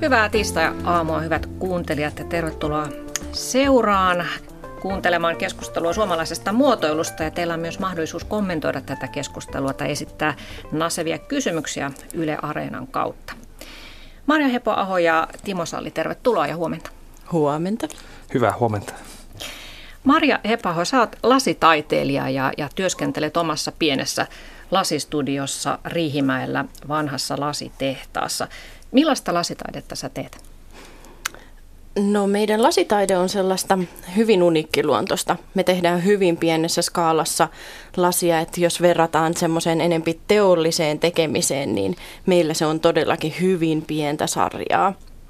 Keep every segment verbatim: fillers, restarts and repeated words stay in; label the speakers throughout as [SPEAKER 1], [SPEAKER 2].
[SPEAKER 1] Hyvää tiistai-aamua, hyvät kuuntelijat, ja tervetuloa seuraan kuuntelemaan keskustelua suomalaisesta muotoilusta. Ja teillä on myös mahdollisuus kommentoida tätä keskustelua tai esittää nasevia kysymyksiä Yle Areenan kautta. Marja Hepo-Aho ja Timo Salli, tervetuloa ja huomenta.
[SPEAKER 2] Huomenta.
[SPEAKER 3] Hyvää huomenta.
[SPEAKER 1] Marja Hepo-Aho, sä oot lasitaiteilija ja, ja työskentelet omassa pienessä lasistudiossa Riihimäellä vanhassa lasitehtaassa. Millaista lasitaidetta sä teet?
[SPEAKER 2] No meidän lasitaide on sellaista hyvin uniikkiluontoista. Me tehdään hyvin pienessä skaalassa lasia, että jos verrataan semmoiseen enempi teolliseen tekemiseen, niin meillä se on todellakin hyvin pientä sarjaa.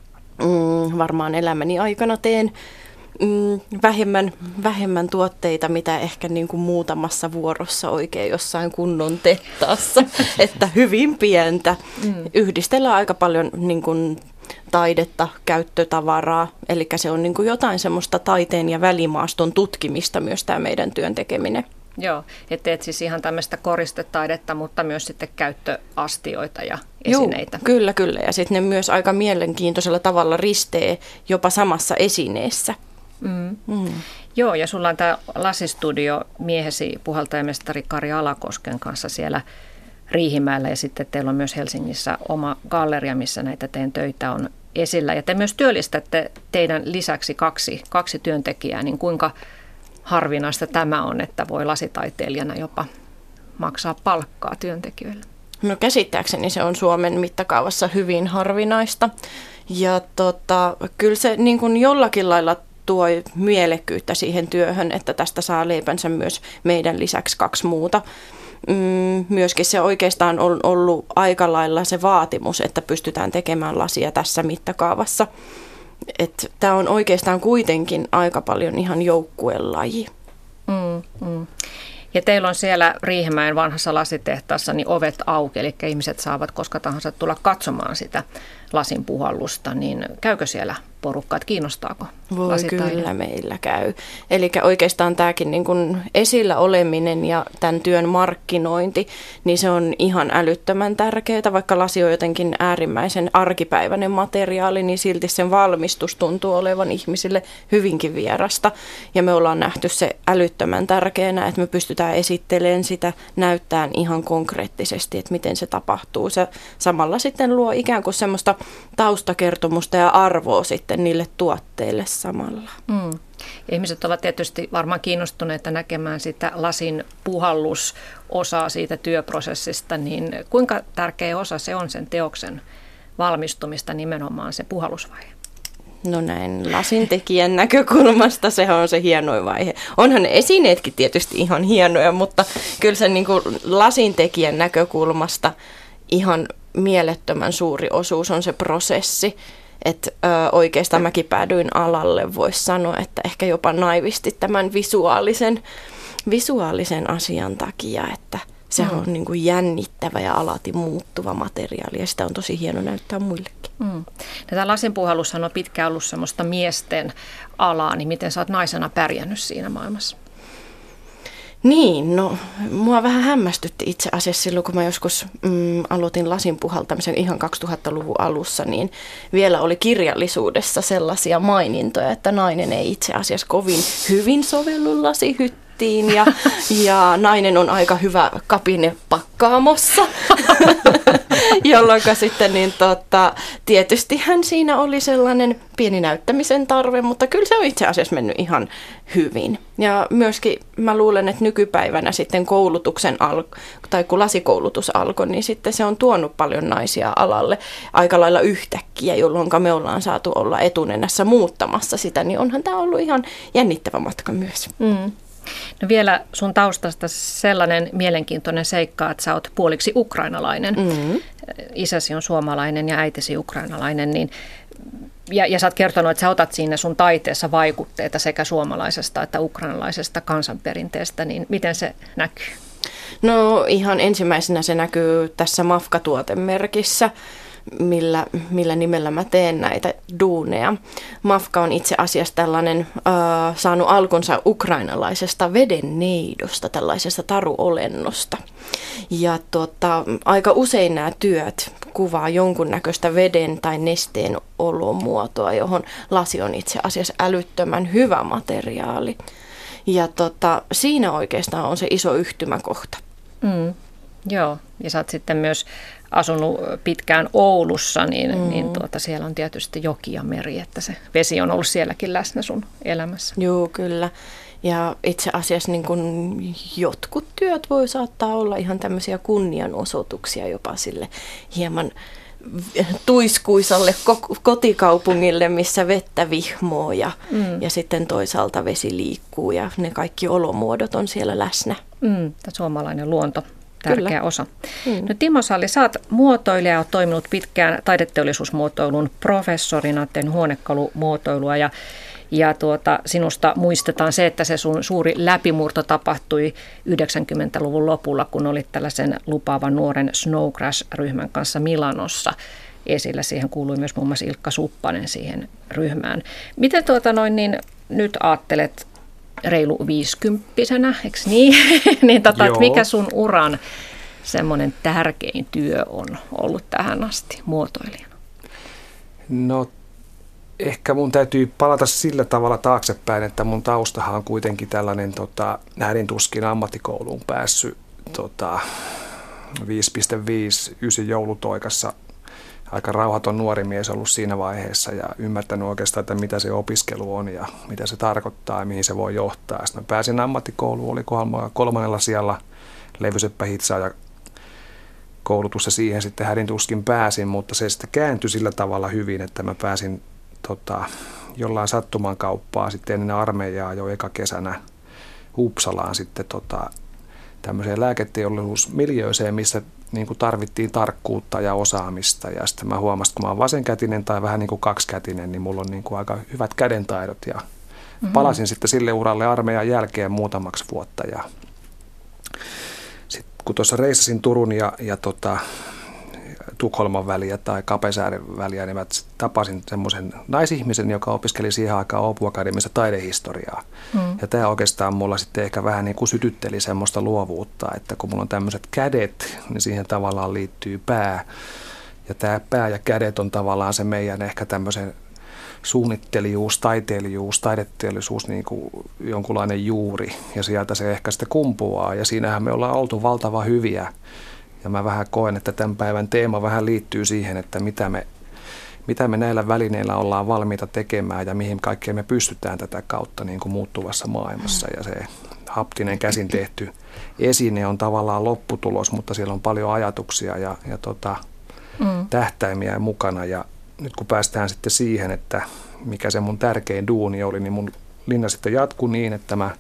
[SPEAKER 2] Mm, varmaan elämäni aikana teen mm, vähemmän, vähemmän tuotteita, mitä ehkä niin kuin muutamassa vuorossa oikein jossain kunnon tehtaassa, että hyvin pientä. Mm. Yhdistellään aika paljon niin kuin taidetta, käyttötavaraa, eli se on niin kuin jotain semmoista taiteen ja välimaaston tutkimista myös tämä meidän työn tekeminen.
[SPEAKER 1] Joo, että teet siis ihan tämmöistä koristetaidetta, mutta myös sitten käyttöastioita ja esineitä.
[SPEAKER 2] Joo, kyllä, kyllä. Ja sitten ne myös aika mielenkiintoisella tavalla ristee jopa samassa esineessä.
[SPEAKER 1] Mm. Mm. Joo, ja sulla on tämä lasistudio miehesi puhaltajamestari Kari Alakosken kanssa siellä Riihimäellä, ja sitten teillä on myös Helsingissä oma galleria, missä näitä teidän töitä on esillä. Ja te myös työllistätte teidän lisäksi kaksi, kaksi työntekijää, niin kuinka harvinaista tämä on, että voi lasitaiteilijana jopa maksaa palkkaa työntekijöille?
[SPEAKER 2] No käsittääkseni se on Suomen mittakaavassa hyvin harvinaista. Ja tota, kyllä se niin kuin jollakin lailla tuo mielekkyyttä siihen työhön, että tästä saa leipänsä myös meidän lisäksi kaksi muuta. Mm, myöskin se oikeastaan on ollut aika lailla se vaatimus, että pystytään tekemään lasia tässä mittakaavassa. Tämä on oikeastaan kuitenkin aika paljon ihan joukkuelaji.
[SPEAKER 1] Mm, mm. Ja teillä on siellä Riihimäen vanhassa lasitehtaassa niin ovet auki, eli ihmiset saavat koska tahansa tulla katsomaan sitä lasin puhallusta, niin käykö siellä porukka, että kiinnostaako
[SPEAKER 2] Voi
[SPEAKER 1] lasitaide?
[SPEAKER 2] Kyllä meillä käy. Eli oikeastaan tämäkin niin kuin esillä oleminen ja tämän työn markkinointi, niin se on ihan älyttömän tärkeää. Vaikka lasi on jotenkin äärimmäisen arkipäiväinen materiaali, niin silti sen valmistus tuntuu olevan ihmisille hyvinkin vierasta. Ja me ollaan nähty se älyttömän tärkeänä, että me pystytään esittelemään sitä, näyttämään ihan konkreettisesti, että miten se tapahtuu. Se samalla sitten luo ikään kuin semmoista taustakertomusta ja arvoa sitten niille tuotteille samalla.
[SPEAKER 1] Mm. Ihmiset ovat tietysti varmaan kiinnostuneita näkemään sitä lasin puhallusosaa siitä työprosessista, niin kuinka tärkeä osa se on sen teoksen valmistumista nimenomaan se puhallusvaihe?
[SPEAKER 2] No näin lasintekijän näkökulmasta se on se hienoin vaihe. Onhan ne esineetkin tietysti ihan hienoja, mutta kyllä se niin kuin lasintekijän näkökulmasta ihan mielettömän suuri osuus on se prosessi. Että oikeastaan mäkin päädyin alalle, voisi sanoa, että ehkä jopa naivisti tämän visuaalisen, visuaalisen asian takia, että se mm. on niin kuin jännittävä ja alati muuttuva materiaali ja sitä on tosi hieno näyttää muillekin.
[SPEAKER 1] Mm. Tämä lasinpuhallushan on pitkään ollut semmoista miesten alaa, niin miten sä oot naisena pärjännyt siinä maailmassa?
[SPEAKER 2] Niin, no mua vähän hämmästytti itse asiassa silloin, kun mä joskus mm, aloitin lasin puhaltamisen ihan kaksituhattaluvun alussa, niin vielä oli kirjallisuudessa sellaisia mainintoja, että nainen ei itse asiassa kovin hyvin sovellu lasihyttiin ja, ja nainen on aika hyvä kapine pakkaamossa, jolloin sitten niin tota, tietystihän siinä oli sellainen pieni näyttämisen tarve, mutta kyllä se on itse asiassa mennyt ihan hyvin. Ja myöskin mä luulen, että nykypäivänä sitten koulutuksen al- tai kun lasikoulutus alkoi, niin sitten se on tuonut paljon naisia alalle aika lailla yhtäkkiä, jolloin me ollaan saatu olla etunenässä muuttamassa sitä, niin onhan tämä ollut ihan jännittävä matka myös.
[SPEAKER 1] Mm. No vielä sun taustasta sellainen mielenkiintoinen seikka, että sä oot puoliksi ukrainalainen. Mm-hmm. Isäsi on suomalainen ja äitisi ukrainalainen, niin Ja, ja sä oot kertonut, että sä otat siinä sun taiteessa vaikutteita sekä suomalaisesta että ukrainalaisesta kansanperinteestä, niin miten se näkyy?
[SPEAKER 2] No ihan ensimmäisenä se näkyy tässä Mafka-tuotemerkissä, millä, millä nimellä mä teen näitä duuneja. Mafka on itse asiassa tällainen äh, saanut alkunsa ukrainalaisesta vedenneidosta, tällaisesta taruolennosta. Ja tota, aika usein nämä työt kuvaa jonkunnäköistä veden tai nesteen olomuotoa, johon lasi on itse asiassa älyttömän hyvä materiaali. Ja tota, siinä oikeastaan on se iso yhtymäkohta.
[SPEAKER 1] Mm, joo, ja sä oot sitten myös asunut pitkään Oulussa, niin, mm. niin tuota, siellä on tietysti joki ja meri, että se vesi on ollut sielläkin läsnä sun elämässä.
[SPEAKER 2] Joo, kyllä. Ja itse asiassa niin kun jotkut työt voi saattaa olla ihan tämmöisiä kunnianosoituksia jopa sille hieman tuiskuisalle kotikaupungille, missä vettä vihmoo ja, mm. ja sitten toisaalta vesi liikkuu ja ne kaikki olomuodot on siellä läsnä. Mm,
[SPEAKER 1] suomalainen luonto, tärkeä Kyllä. osa. Mm. No Timo Salli, sä oot muotoilija ja oot toiminut pitkään taideteollisuusmuotoilun professorina, teen huonekalumuotoilua ja Ja tuota, sinusta muistetaan se, että se sun suuri läpimurto tapahtui yhdeksänkymmentäluvun lopulla, kun olit tällaisen lupaavan nuoren Snowcrash-ryhmän kanssa Milanossa esillä. Siihen kuului myös muun muassa Ilkka Suppanen siihen ryhmään. Miten tuota noin, niin nyt ajattelet reilu viisikymppisenä, eikö niin? niin tota, että mikä sun uran semmoinen tärkein työ on ollut tähän asti muotoilijana?
[SPEAKER 3] No ehkä mun täytyy palata sillä tavalla taaksepäin, että mun taustahan on kuitenkin tällainen tota, hädintuskin ammattikouluun päässyt tota, viisi pilkku viisi yhdeksän joulutoikassa. Aika rauhaton nuori mies ollut siinä vaiheessa ja ymmärtänyt oikeastaan, että mitä se opiskelu on ja mitä se tarkoittaa ja mihin se voi johtaa. Sitten mä pääsin ammattikouluun, oli kolmannella sijalla levyseppä hitsaaja koulutus ja siihen sitten hädintuskin pääsin, mutta se sitten kääntyi sillä tavalla hyvin, että mä pääsin Tota, jollain sattuman kauppaa sitten ennen armeijaa jo eka kesänä Uppsalaan sitten tota, tämmöiseen lääketeollisuusmiljööseen, missä niin kuin tarvittiin tarkkuutta ja osaamista. Ja sitten mä huomasin, että kun mä oon vasenkätinen tai vähän niin kuin kaksikätinen, niin mulla on niin kuin aika hyvät kädentaidot. Ja mm-hmm. palasin sitten sille uralle armeijan jälkeen muutamaksi vuotta. Ja sitten kun tuossa reissasin Turun ja, ja tota, Tukholman väliä tai Kapesäären väliä, niin mä tapasin semmoisen naisihmisen, joka opiskeli siihen aikaan Åbo Akademiassa taidehistoriaa. Mm. Ja tämä oikeastaan mulla sitten ehkä vähän niin kuin sytytteli semmoista luovuutta, että kun mulla on tämmöiset kädet, niin siihen tavallaan liittyy pää. Ja tämä pää ja kädet on tavallaan se meidän ehkä tämmöisen suunnittelijuus, taiteilijuus, taideteollisuus, niin kuin jonkunlainen juuri. Ja sieltä se ehkä sitten kumpuaa. Ja siinähän me ollaan oltu valtavan hyviä. Ja mä vähän koen, että tämän päivän teema vähän liittyy siihen, että mitä me, mitä me näillä välineillä ollaan valmiita tekemään ja mihin kaikkeen me pystytään tätä kautta niin kuin muuttuvassa maailmassa. Ja se haptinen käsin tehty esine on tavallaan lopputulos, mutta siellä on paljon ajatuksia ja, ja tota, mm. tähtäimiä mukana. Ja nyt kun päästään sitten siihen, että mikä se mun tärkein duuni oli, niin mun linja sitten jatkui niin, että mä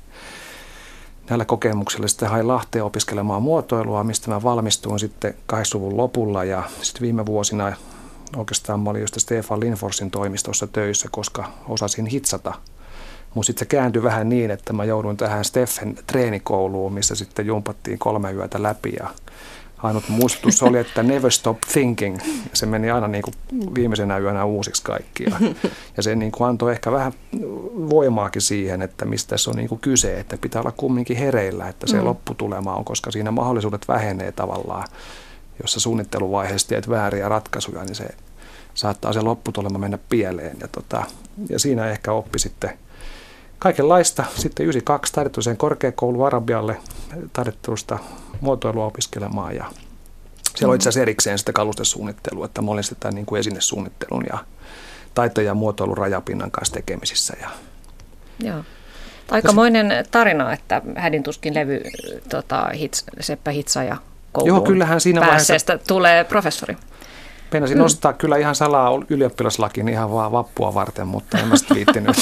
[SPEAKER 3] näillä kokemuksilla sitten hain Lahteen opiskelemaan muotoilua, mistä mä valmistuin sitten kahdeksankymmentäluvun lopulla ja sitten viime vuosina oikeastaan mä olin just Stefan Lindforsin toimistossa töissä, koska osasin hitsata. Mutta sitten se kääntyi vähän niin, että mä jouduin tähän Steffen treenikouluun, missä sitten jumpattiin kolme yötä läpi ja ainut muistutus oli, että never stop thinking. Ja se meni aina niin kuin viimeisenä yönä uusiksi kaikki. Ja, ja se niin kuin antoi ehkä vähän voimaakin siihen, että mistä tässä on niin kuin kyse, että pitää olla kumminkin hereillä, että se mm. lopputulema on, koska siinä mahdollisuudet vähenee tavallaan. Jos sä suunnitteluvaiheessa teet vääriä ratkaisuja, niin se saattaa se lopputulema mennä pieleen. Ja, tota, ja siinä ehkä oppi sitten kaikenlaista. Sitten yhdeksänkymmentäkaksi taidettuiseen korkeakoulu Arabialle taidettelusta muotoilua opiskelemaan ja siellä on itse asiassa erikseen sitä kalustesuunnittelua, että mä olin sitä niin kuin esinesuunnittelun ja taito- ja muotoilun rajapinnan kanssa tekemisissä. Ja
[SPEAKER 1] Joo. Aikamoinen tarina, että hädintuskin levy tota, hits, Seppä Hitsaaja kouluun
[SPEAKER 3] Joo, kyllähän siinä
[SPEAKER 1] päässeestä vaiheessa tulee professori.
[SPEAKER 3] Meinasin mm. nostaa kyllä ihan salaa ylioppilaslakin ihan vaan vappua varten, mutta en mä sitten viittinyt.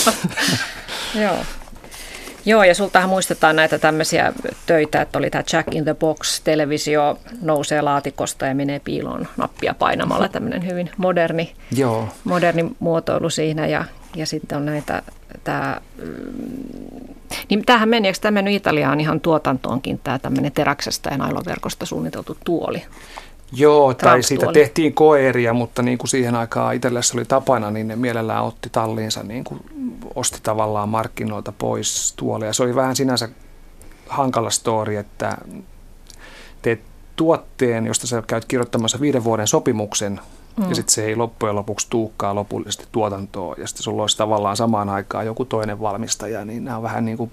[SPEAKER 1] Joo. Joo, ja sultahan muistetaan näitä tämmöisiä töitä, että oli tämä Jack in the Box, televisio nousee laatikosta ja menee piiloon nappia painamalla, tämmöinen hyvin moderni,
[SPEAKER 3] Joo.
[SPEAKER 1] moderni muotoilu siinä, ja, ja sitten on näitä, tämä, niin tämähän meni, eikö tämä mennyt Italiaan ihan tuotantoonkin, tämä tämmöinen teräksestä ja nailoverkosta suunniteltu tuoli?
[SPEAKER 3] Joo, tai siitä tehtiin koeeriä, mutta niin kuin siihen aikaan itsellessä oli tapana, niin ne mielellään otti talliinsa, niin kuin osti tavallaan markkinoilta pois tuoleja. Se oli vähän sinänsä hankala story, että teet tuotteen, josta sä käyt kirjoittamassa viiden vuoden sopimuksen, mm. ja sitten se ei loppujen lopuksi tuukkaa lopullisesti tuotantoon, ja sitten sulla olisi tavallaan samaan aikaan joku toinen valmistaja, niin nämä on vähän niin kuin,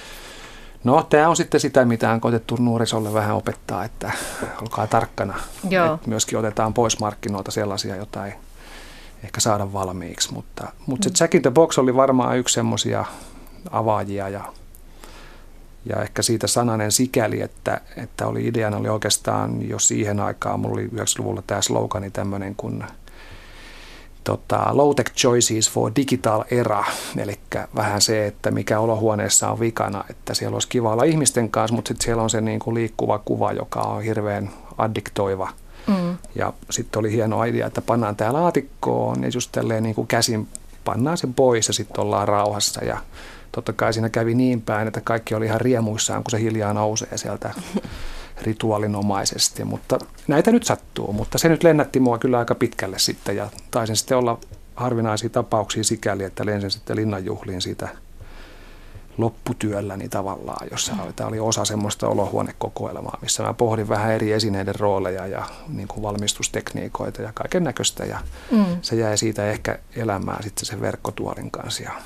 [SPEAKER 3] no tämä on sitten sitä, mitä on koetettu nuorisolle vähän opettaa, että olkaa tarkkana,
[SPEAKER 1] Joo.
[SPEAKER 3] että myöskin otetaan pois markkinoilta sellaisia, jota ei ehkä saada valmiiksi, mutta, mutta se Jack in the Box oli varmaan yksi semmoisia avaajia, ja Ja ehkä siitä sananen sikäli, että, että oli ideana oli oikeastaan jo siihen aikaan, mulla oli yhdeksänkymmentäluvulla tämä slogani tämmöinen kuin tota, low-tech choices for digital era, eli vähän se, että mikä olohuoneessa on vikana, että siellä olisi kiva olla ihmisten kanssa, mutta sitten siellä on se niin kuin liikkuva kuva, joka on hirveän addiktoiva. Mm. Ja sitten oli hieno idea, että pannaan tämä laatikkoon ja just tälleen niin kuin käsin pannaan sen pois ja sitten ollaan rauhassa ja totta kai siinä kävi niin päin, että kaikki oli ihan riemuissaan, kun se hiljaa nousee sieltä rituaalinomaisesti. Mutta näitä nyt sattuu, mutta se nyt lennätti mua kyllä aika pitkälle sitten ja taisin sitten olla harvinaisia tapauksia sikäli, että lensin sitten linnanjuhliin siitä lopputyölläni tavallaan, jossa tämä oli osa semmoista olohuonekokoelmaa, missä mä pohdin vähän eri esineiden rooleja ja niin kuin valmistustekniikoita ja kaiken näköistä ja mm. se jäi siitä ehkä elämään sitten sen verkkotuolin kanssa. Ja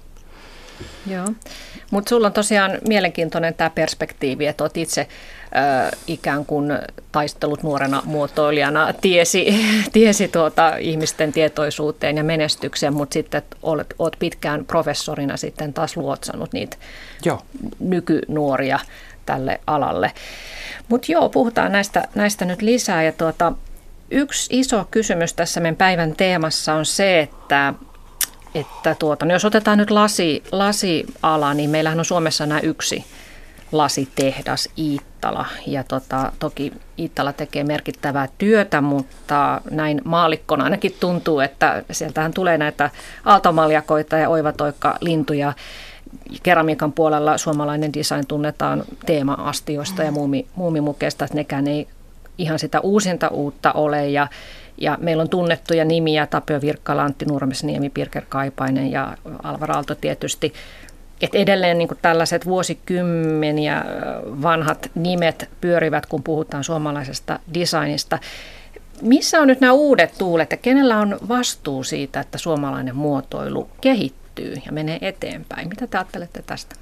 [SPEAKER 1] Joo, mutta sulla on tosiaan mielenkiintoinen tämä perspektiivi, että olet itse äh, ikään kuin taistellut nuorena muotoilijana, tiesi, tiesi tuota ihmisten tietoisuuteen ja menestykseen, mutta sitten olet, olet pitkään professorina sitten taas luotsannut niitä joo. nykynuoria tälle alalle. Mutta joo, puhutaan näistä, näistä nyt lisää ja tuota, yksi iso kysymys tässä meidän päivän teemassa on se, että Että tuota, no jos otetaan nyt lasi, lasiala, niin meillähän on Suomessa nämä yksi lasitehdas, Iittala. Ja tota, toki Iittala tekee merkittävää työtä, mutta näin maallikkona ainakin tuntuu, että sieltähän tulee näitä aaltomaljakoita ja oivatoikka-lintuja. Keramiikan puolella suomalainen design tunnetaan teema-astioista ja muumi, muumimukeista, että nekään ei ihan sitä uusinta uutta ole ja Ja meillä on tunnettuja nimiä, Tapio Virkkala, Antti Nurmesniemi, Birger Kaipainen ja Alvar Aalto tietysti. Et edelleen niin kuin tällaiset vuosikymmeniä vanhat nimet pyörivät, kun puhutaan suomalaisesta designista. Missä on nyt nämä uudet tuulet ja kenellä on vastuu siitä, että suomalainen muotoilu kehittyy ja menee eteenpäin? Mitä te ajattelette tästä?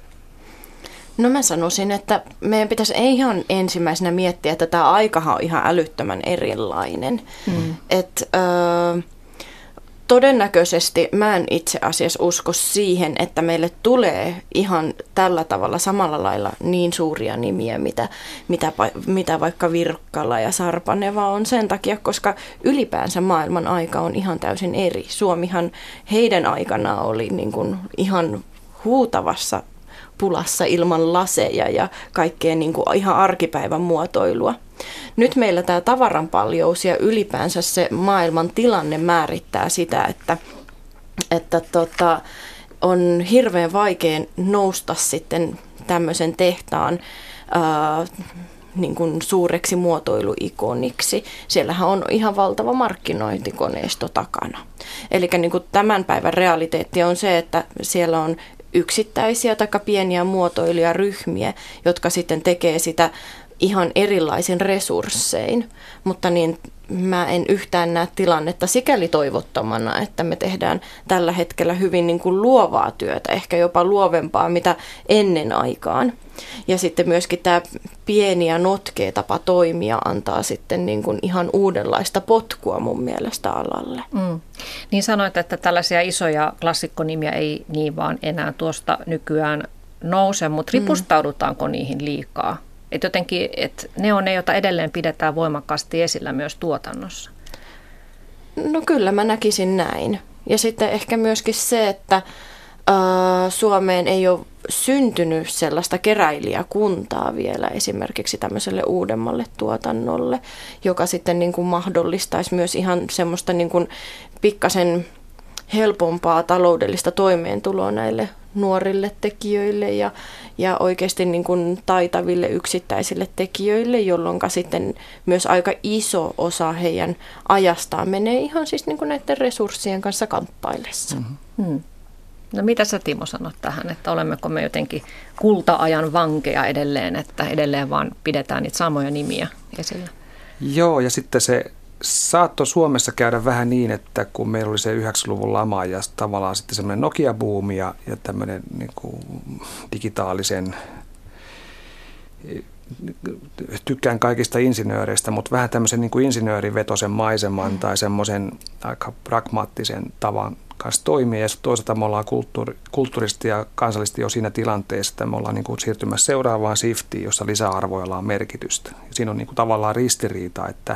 [SPEAKER 2] No mä sanoisin, että meidän pitäisi ihan ensimmäisenä miettiä, että tämä aikahan on ihan älyttömän erilainen. Mm. Et, ö, todennäköisesti mä en itse asiassa usko siihen, että meille tulee ihan tällä tavalla samalla lailla niin suuria nimiä, mitä, mitä, mitä vaikka Virkkala ja Sarpaneva on sen takia, koska ylipäänsä maailman aika on ihan täysin eri. Suomihan heidän aikanaan oli niin kuin ihan huutavassa pulassa ilman laseja ja kaikkea niin kuin ihan arkipäivän muotoilua. Nyt meillä tämä tavaran paljous ja ylipäänsä se maailman tilanne määrittää sitä, että, että tota, on hirveän vaikea nousta sitten tämmöisen tehtaan ää, niin kuin suureksi muotoiluikoniksi. Siellähän on ihan valtava markkinointikoneisto takana. Eli niin kuin tämän päivän realiteetti on se, että siellä on yksittäisiä tai pieniä muotoilijaryhmiä, jotka sitten tekee sitä ihan erilaisin resurssein, mutta niin mä en yhtään näe tilannetta sikäli toivottomana, että me tehdään tällä hetkellä hyvin niin kuin luovaa työtä, ehkä jopa luovempaa mitä ennen aikaan. Ja sitten myöskin tämä pieni ja notkea tapa toimia antaa sitten niin kuin ihan uudenlaista potkua mun mielestä alalle.
[SPEAKER 1] Mm. Niin sanoit, että tällaisia isoja klassikkonimiä ei niin vaan enää tuosta nykyään nouse, mutta ripustaudutaanko niihin liikaa? Että jotenkin, että ne on ne, joita edelleen pidetään voimakkaasti esillä myös tuotannossa.
[SPEAKER 2] No kyllä mä näkisin näin. Ja sitten ehkä myöskin se, että ää, Suomeen ei ole syntynyt sellaista keräilijäkuntaa vielä esimerkiksi tämmöiselle uudemmalle tuotannolle, joka sitten niin kuin mahdollistaisi myös ihan semmoista niin kuin pikkasen helpompaa taloudellista toimeentuloa näille nuorille tekijöille ja, ja oikeasti niin kuin taitaville yksittäisille tekijöille, jolloin sitten myös aika iso osa heidän ajastaan menee ihan siis niin kuin näiden resurssien kanssa kamppaillessa. Mm-hmm.
[SPEAKER 1] Hmm. No mitä sä Timo sanot tähän, että olemmeko me jotenkin kulta-ajan vankeja edelleen, että edelleen vaan pidetään niitä samoja nimiä esillä.
[SPEAKER 3] Joo, ja sitten se saattoi Suomessa käydä vähän niin, että kun meillä oli se yhdeksänkymmentäluvun lama ja tavallaan sitten semmoinen Nokia-buumi ja, ja tämmöinen niin kuin digitaalisen, tykkään kaikista insinööreistä, mutta vähän tämmöisen niin kuin insinöörivetoisen maiseman tai semmoisen aika pragmaattisen tavan kanssa toimia. Ja toisaalta me ollaan kulttuuri, kulttuurisesti ja kansallisesti jo siinä tilanteessa, että me ollaan niin kuin siirtymässä seuraavaan shiftiin, jossa lisäarvoilla on merkitystä. Ja siinä on niin kuin tavallaan ristiriita, että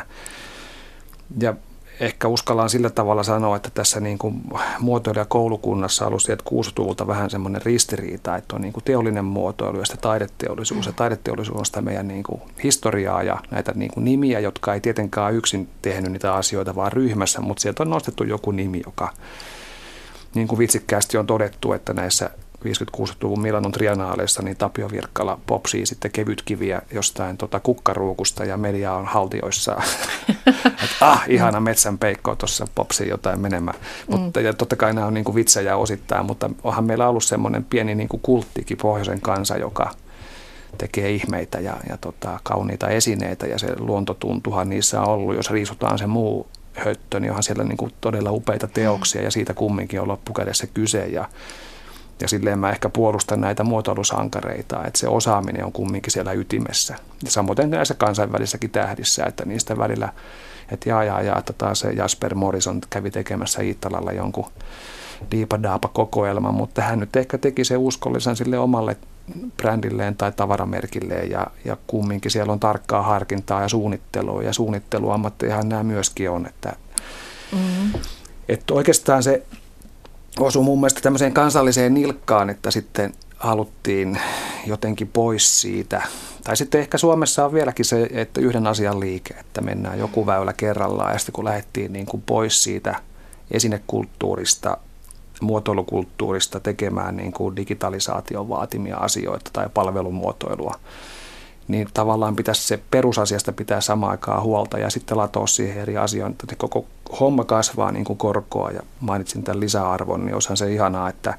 [SPEAKER 3] ja ehkä uskallaan sillä tavalla sanoa, että tässä niin kuin muotoilijakoulukunnassa on ollut sieltä kuusikymmentäluvulta vähän semmoinen ristiriita, että on niin kuin teollinen muotoilu ja sitten taideteollisuus. Ja taideteollisuus on sitä meidän niin kuin historiaa ja näitä niin kuin nimiä, jotka ei tietenkään yksin tehnyt niitä asioita, vaan ryhmässä, mutta sieltä on nostettu joku nimi, joka niin kuin vitsikkäästi on todettu, että näissä viisikymmentä-kuusikymmentäluvun Milanon trianaaleissa niin Tapio Virkkala popsii sitten kevytkiviä jostain tota kukkaruukusta ja media on haltioissaan. Että ah, ihana metsänpeikko tuossa popsii jotain menemään. Mm. Mutta ja totta kai nämä on niin kuin vitsejä osittain, mutta onhan meillä ollut semmoinen pieni niin kuin kulttikin pohjoisen kansa, joka tekee ihmeitä ja, ja tota, kauniita esineitä ja se luontotuntuhan niissä on ollut, jos riisutaan se muu höttö, niin onhan siellä niin kuin todella upeita teoksia ja siitä kumminkin on loppukädessä kyse ja Ja silleen mä ehkä puolustan näitä muotoilusankareita, että se osaaminen on kumminkin siellä ytimessä. Ja samoin näissä kansainvälisissäkin tähdissä, että niistä välillä, että jaa, jaa, jaa, että taas se Jasper Morrison kävi tekemässä Iittalalla jonkun diipadaapa-kokoelman, mutta hän nyt ehkä teki se uskollisen sille omalle brändilleen tai tavaramerkilleen ja, ja kumminkin siellä on tarkkaa harkintaa ja suunnittelua ja suunnitteluammattihan nämä myöskin on, että, mm-hmm. että oikeastaan se osui mun mielestä tämmöiseen kansalliseen nilkkaan, että sitten haluttiin jotenkin pois siitä. Tai sitten ehkä Suomessa on vieläkin se, että yhden asian liike, että mennään joku väylä kerrallaan. Ja sitten kun lähdettiin niin kuin pois siitä esinekulttuurista, muotoilukulttuurista tekemään niin kuin digitalisaation vaatimia asioita tai palvelumuotoilua, niin tavallaan pitäisi se perusasiasta pitää samaan aikaan huolta ja sitten latoa siihen eri asioita, että koko homma kasvaa niin kuin korkoa ja mainitsin tämän lisäarvon, niin olisihan se ihanaa, että,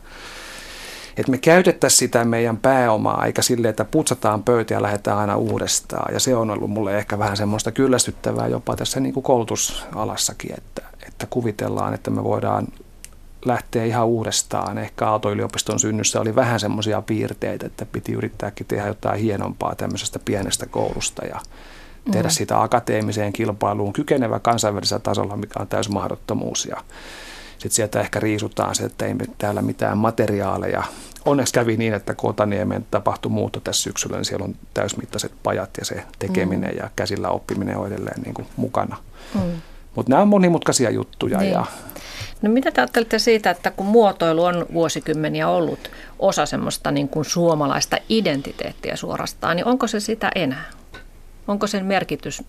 [SPEAKER 3] että me käytettäisiin sitä meidän pääomaa, eikä silleen, että putsataan pöytä ja lähdetään aina uudestaan. Ja se on ollut mulle ehkä vähän semmoista kyllästyttävää jopa tässä niin kuin koulutusalassakin, että, että kuvitellaan, että me voidaan lähteä ihan uudestaan. Ehkä Aalto-yliopiston synnyssä oli vähän semmoisia piirteitä, että piti yrittääkin tehdä jotain hienompaa tämmöisestä pienestä koulusta ja tehdä siitä akateemiseen kilpailuun kykenevä kansainvälisellä tasolla, mikä on täysin mahdottomuus. Ja sitten sieltä ehkä riisutaan se, että ei täällä mitään materiaaleja. Onneksi kävi niin, että kun Otaniemen tapahtui muutto tässä syksyllä, niin siellä on täysmittaiset pajat ja se tekeminen mm. ja käsillä oppiminen on edelleen niin kuin mukana. Mm. Mutta nämä on monimutkaisia juttuja.
[SPEAKER 1] Niin.
[SPEAKER 3] Ja
[SPEAKER 1] no mitä te ajattelette siitä, että kun muotoilu on vuosikymmeniä ollut osa semmoista niin kuin suomalaista identiteettiä suorastaan, niin onko se sitä enää? Onko sen merkitys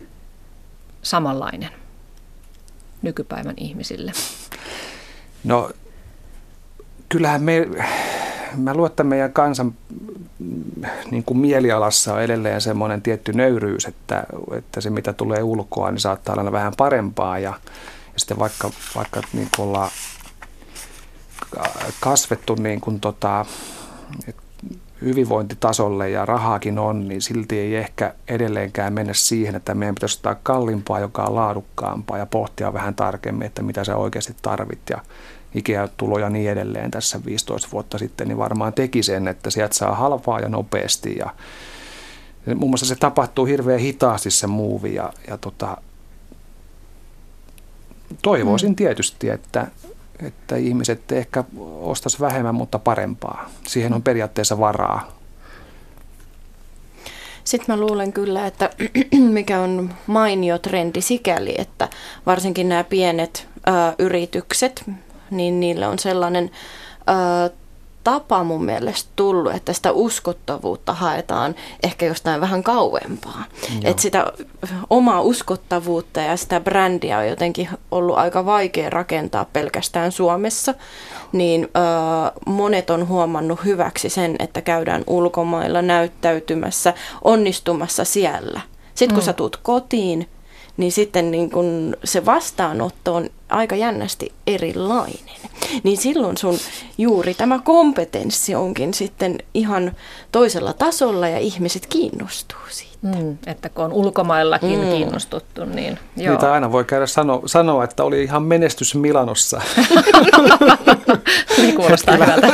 [SPEAKER 1] samanlainen nykypäivän ihmisille?
[SPEAKER 3] No kyllähän me, mä luulen, että meidän kansan niin kuin mielialassa on edelleen semmoinen tietty nöyryys, että, että se mitä tulee ulkoa, niin saattaa olla vähän parempaa ja, ja sitten vaikka, vaikka niin kuin ollaan kasvettu niin kuin tota, hyvinvointitasolle ja rahaakin on, niin silti ei ehkä edelleenkään mennä siihen, että meidän pitäisi ottaa kalliimpaa, joka on laadukkaampaa ja pohtia vähän tarkemmin, että mitä sä oikeasti tarvit ja Ikea-tuloja niin edelleen tässä viisitoista vuotta sitten, niin varmaan teki sen, että sieltä saa halpaa ja nopeasti ja muun muassa se tapahtuu hirveän hitaasti se muuvi ja, ja tota, toivoisin mm. tietysti, että että ihmiset ehkä ostaisi vähemmän, mutta parempaa. Siihen on periaatteessa varaa.
[SPEAKER 2] Sitten mä luulen kyllä, että mikä on mainio trendi sikäli, että varsinkin nämä pienet ö, yritykset, niin niillä on sellainen ö, tapa mun mielestä tullut, että sitä uskottavuutta haetaan ehkä jostain vähän kauempaa. Että sitä omaa uskottavuutta ja sitä brändiä on jotenkin ollut aika vaikea rakentaa pelkästään Suomessa, niin ö, monet on huomannut hyväksi sen, että käydään ulkomailla näyttäytymässä, onnistumassa siellä. Sitten kun mm. sä tuut kotiin, niin sitten niin kun se vastaanotto on aika jännästi erilainen. Niin silloin sun juuri tämä kompetenssi onkin sitten ihan toisella tasolla ja ihmiset kiinnostuu siitä.
[SPEAKER 1] Mm, että kun on ulkomaillakin mm. kiinnostuttu, niin joo.
[SPEAKER 3] Niitä aina voi käydä sano, sanoa, että oli ihan menestys Milanossa.
[SPEAKER 1] Niin kuulostaa hyvältä.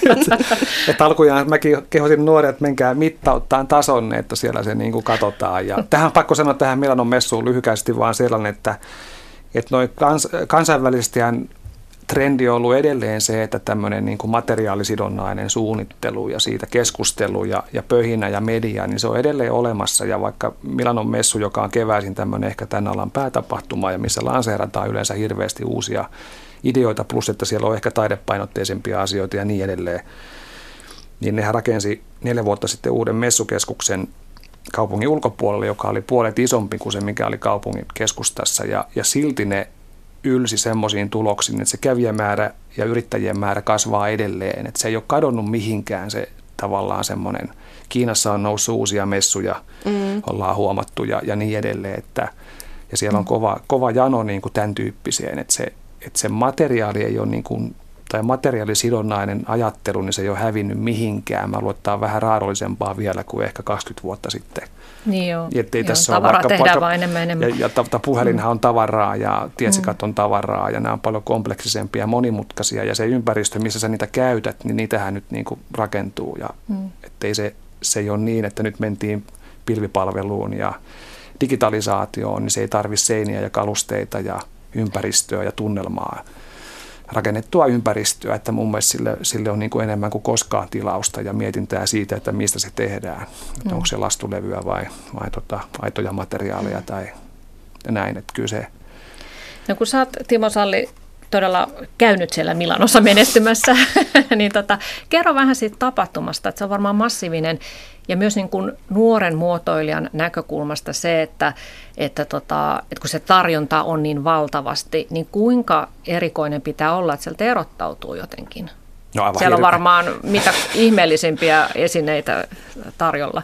[SPEAKER 3] Että alkujaan mäkin kehotin nuoria, että menkää mittauttaa tasonne, että siellä se niin kuin katsotaan. Ja tähän pakko sanoa tähän Milanon messuun lyhykäisesti vaan sellainen, että, että noi kans, kansainvälisestihän trendi on ollut edelleen se, että tämmöinen niin kuin materiaalisidonnainen suunnittelu ja siitä keskustelu ja, ja pöhinä ja media, niin se on edelleen olemassa. Ja vaikka Milanon messu, joka on keväisin tämmöinen ehkä tämän alan päätapahtuma ja missä lanseerataan yleensä hirveästi uusia ideoita, plus että siellä on ehkä taidepainotteisempia asioita ja niin edelleen, niin nehän rakensi neljä vuotta sitten uuden messukeskuksen kaupungin ulkopuolelle, joka oli puolet isompi kuin se, mikä oli kaupungin keskustassa, ja, ja silti ne ylsi semmoisiin tuloksiin, että se kävijämäärä ja yrittäjien määrä kasvaa edelleen, että se ei ole kadonnut mihinkään se tavallaan semmoinen, Kiinassa on noussut uusia messuja, mm. ollaan huomattu ja, ja niin edelleen, että, ja siellä on kova, kova jano niin kuin tämän tyyppiseen, että se, että se materiaali ei ole niin kuin, tai materiaalisidonnainen ajattelu, niin se ei ole hävinnyt mihinkään. Mä luulen, että tämä on vähän raadollisempaa vielä kuin ehkä kaksikymmentä vuotta sitten.
[SPEAKER 1] Niin joo,
[SPEAKER 3] joo
[SPEAKER 1] tässä tavaraa vaikka, tehdään vaikka, vaan enemmän enemmän.
[SPEAKER 3] Ja, ja ta, puhelinhan on tavaraa ja tietsikat on tavaraa ja nämä on paljon kompleksisempia ja monimutkaisia. Ja se ympäristö, missä sä niitä käytät, niin niitähän nyt niin kuin rakentuu. Ja mm. ettei se, se ei ole niin, että nyt mentiin pilvipalveluun ja digitalisaatioon, niin se ei tarvitse seiniä ja kalusteita ja ympäristöä ja tunnelmaa. Rakennettua ympäristöä, että mun mielestä sille, sille on niin kuin enemmän kuin koskaan tilausta ja mietintää siitä, että mistä se tehdään. Mm. Onko se lastulevyä vai, vai tota, aitoja materiaaleja tai näin, että kyllä se.
[SPEAKER 1] No kun sä oot, Timo Salli, todella käynyt siellä Milanossa menestymässä, niin tota, kerro vähän siitä tapahtumasta, että se on varmaan massiivinen ja myös niin kuin nuoren muotoilijan näkökulmasta se, että, että, tota, että kun se tarjonta on niin valtavasti, niin kuinka erikoinen pitää olla, että sieltä erottautuu jotenkin? No, aivan siellä on varmaan mitä ihmeellisimpiä esineitä tarjolla.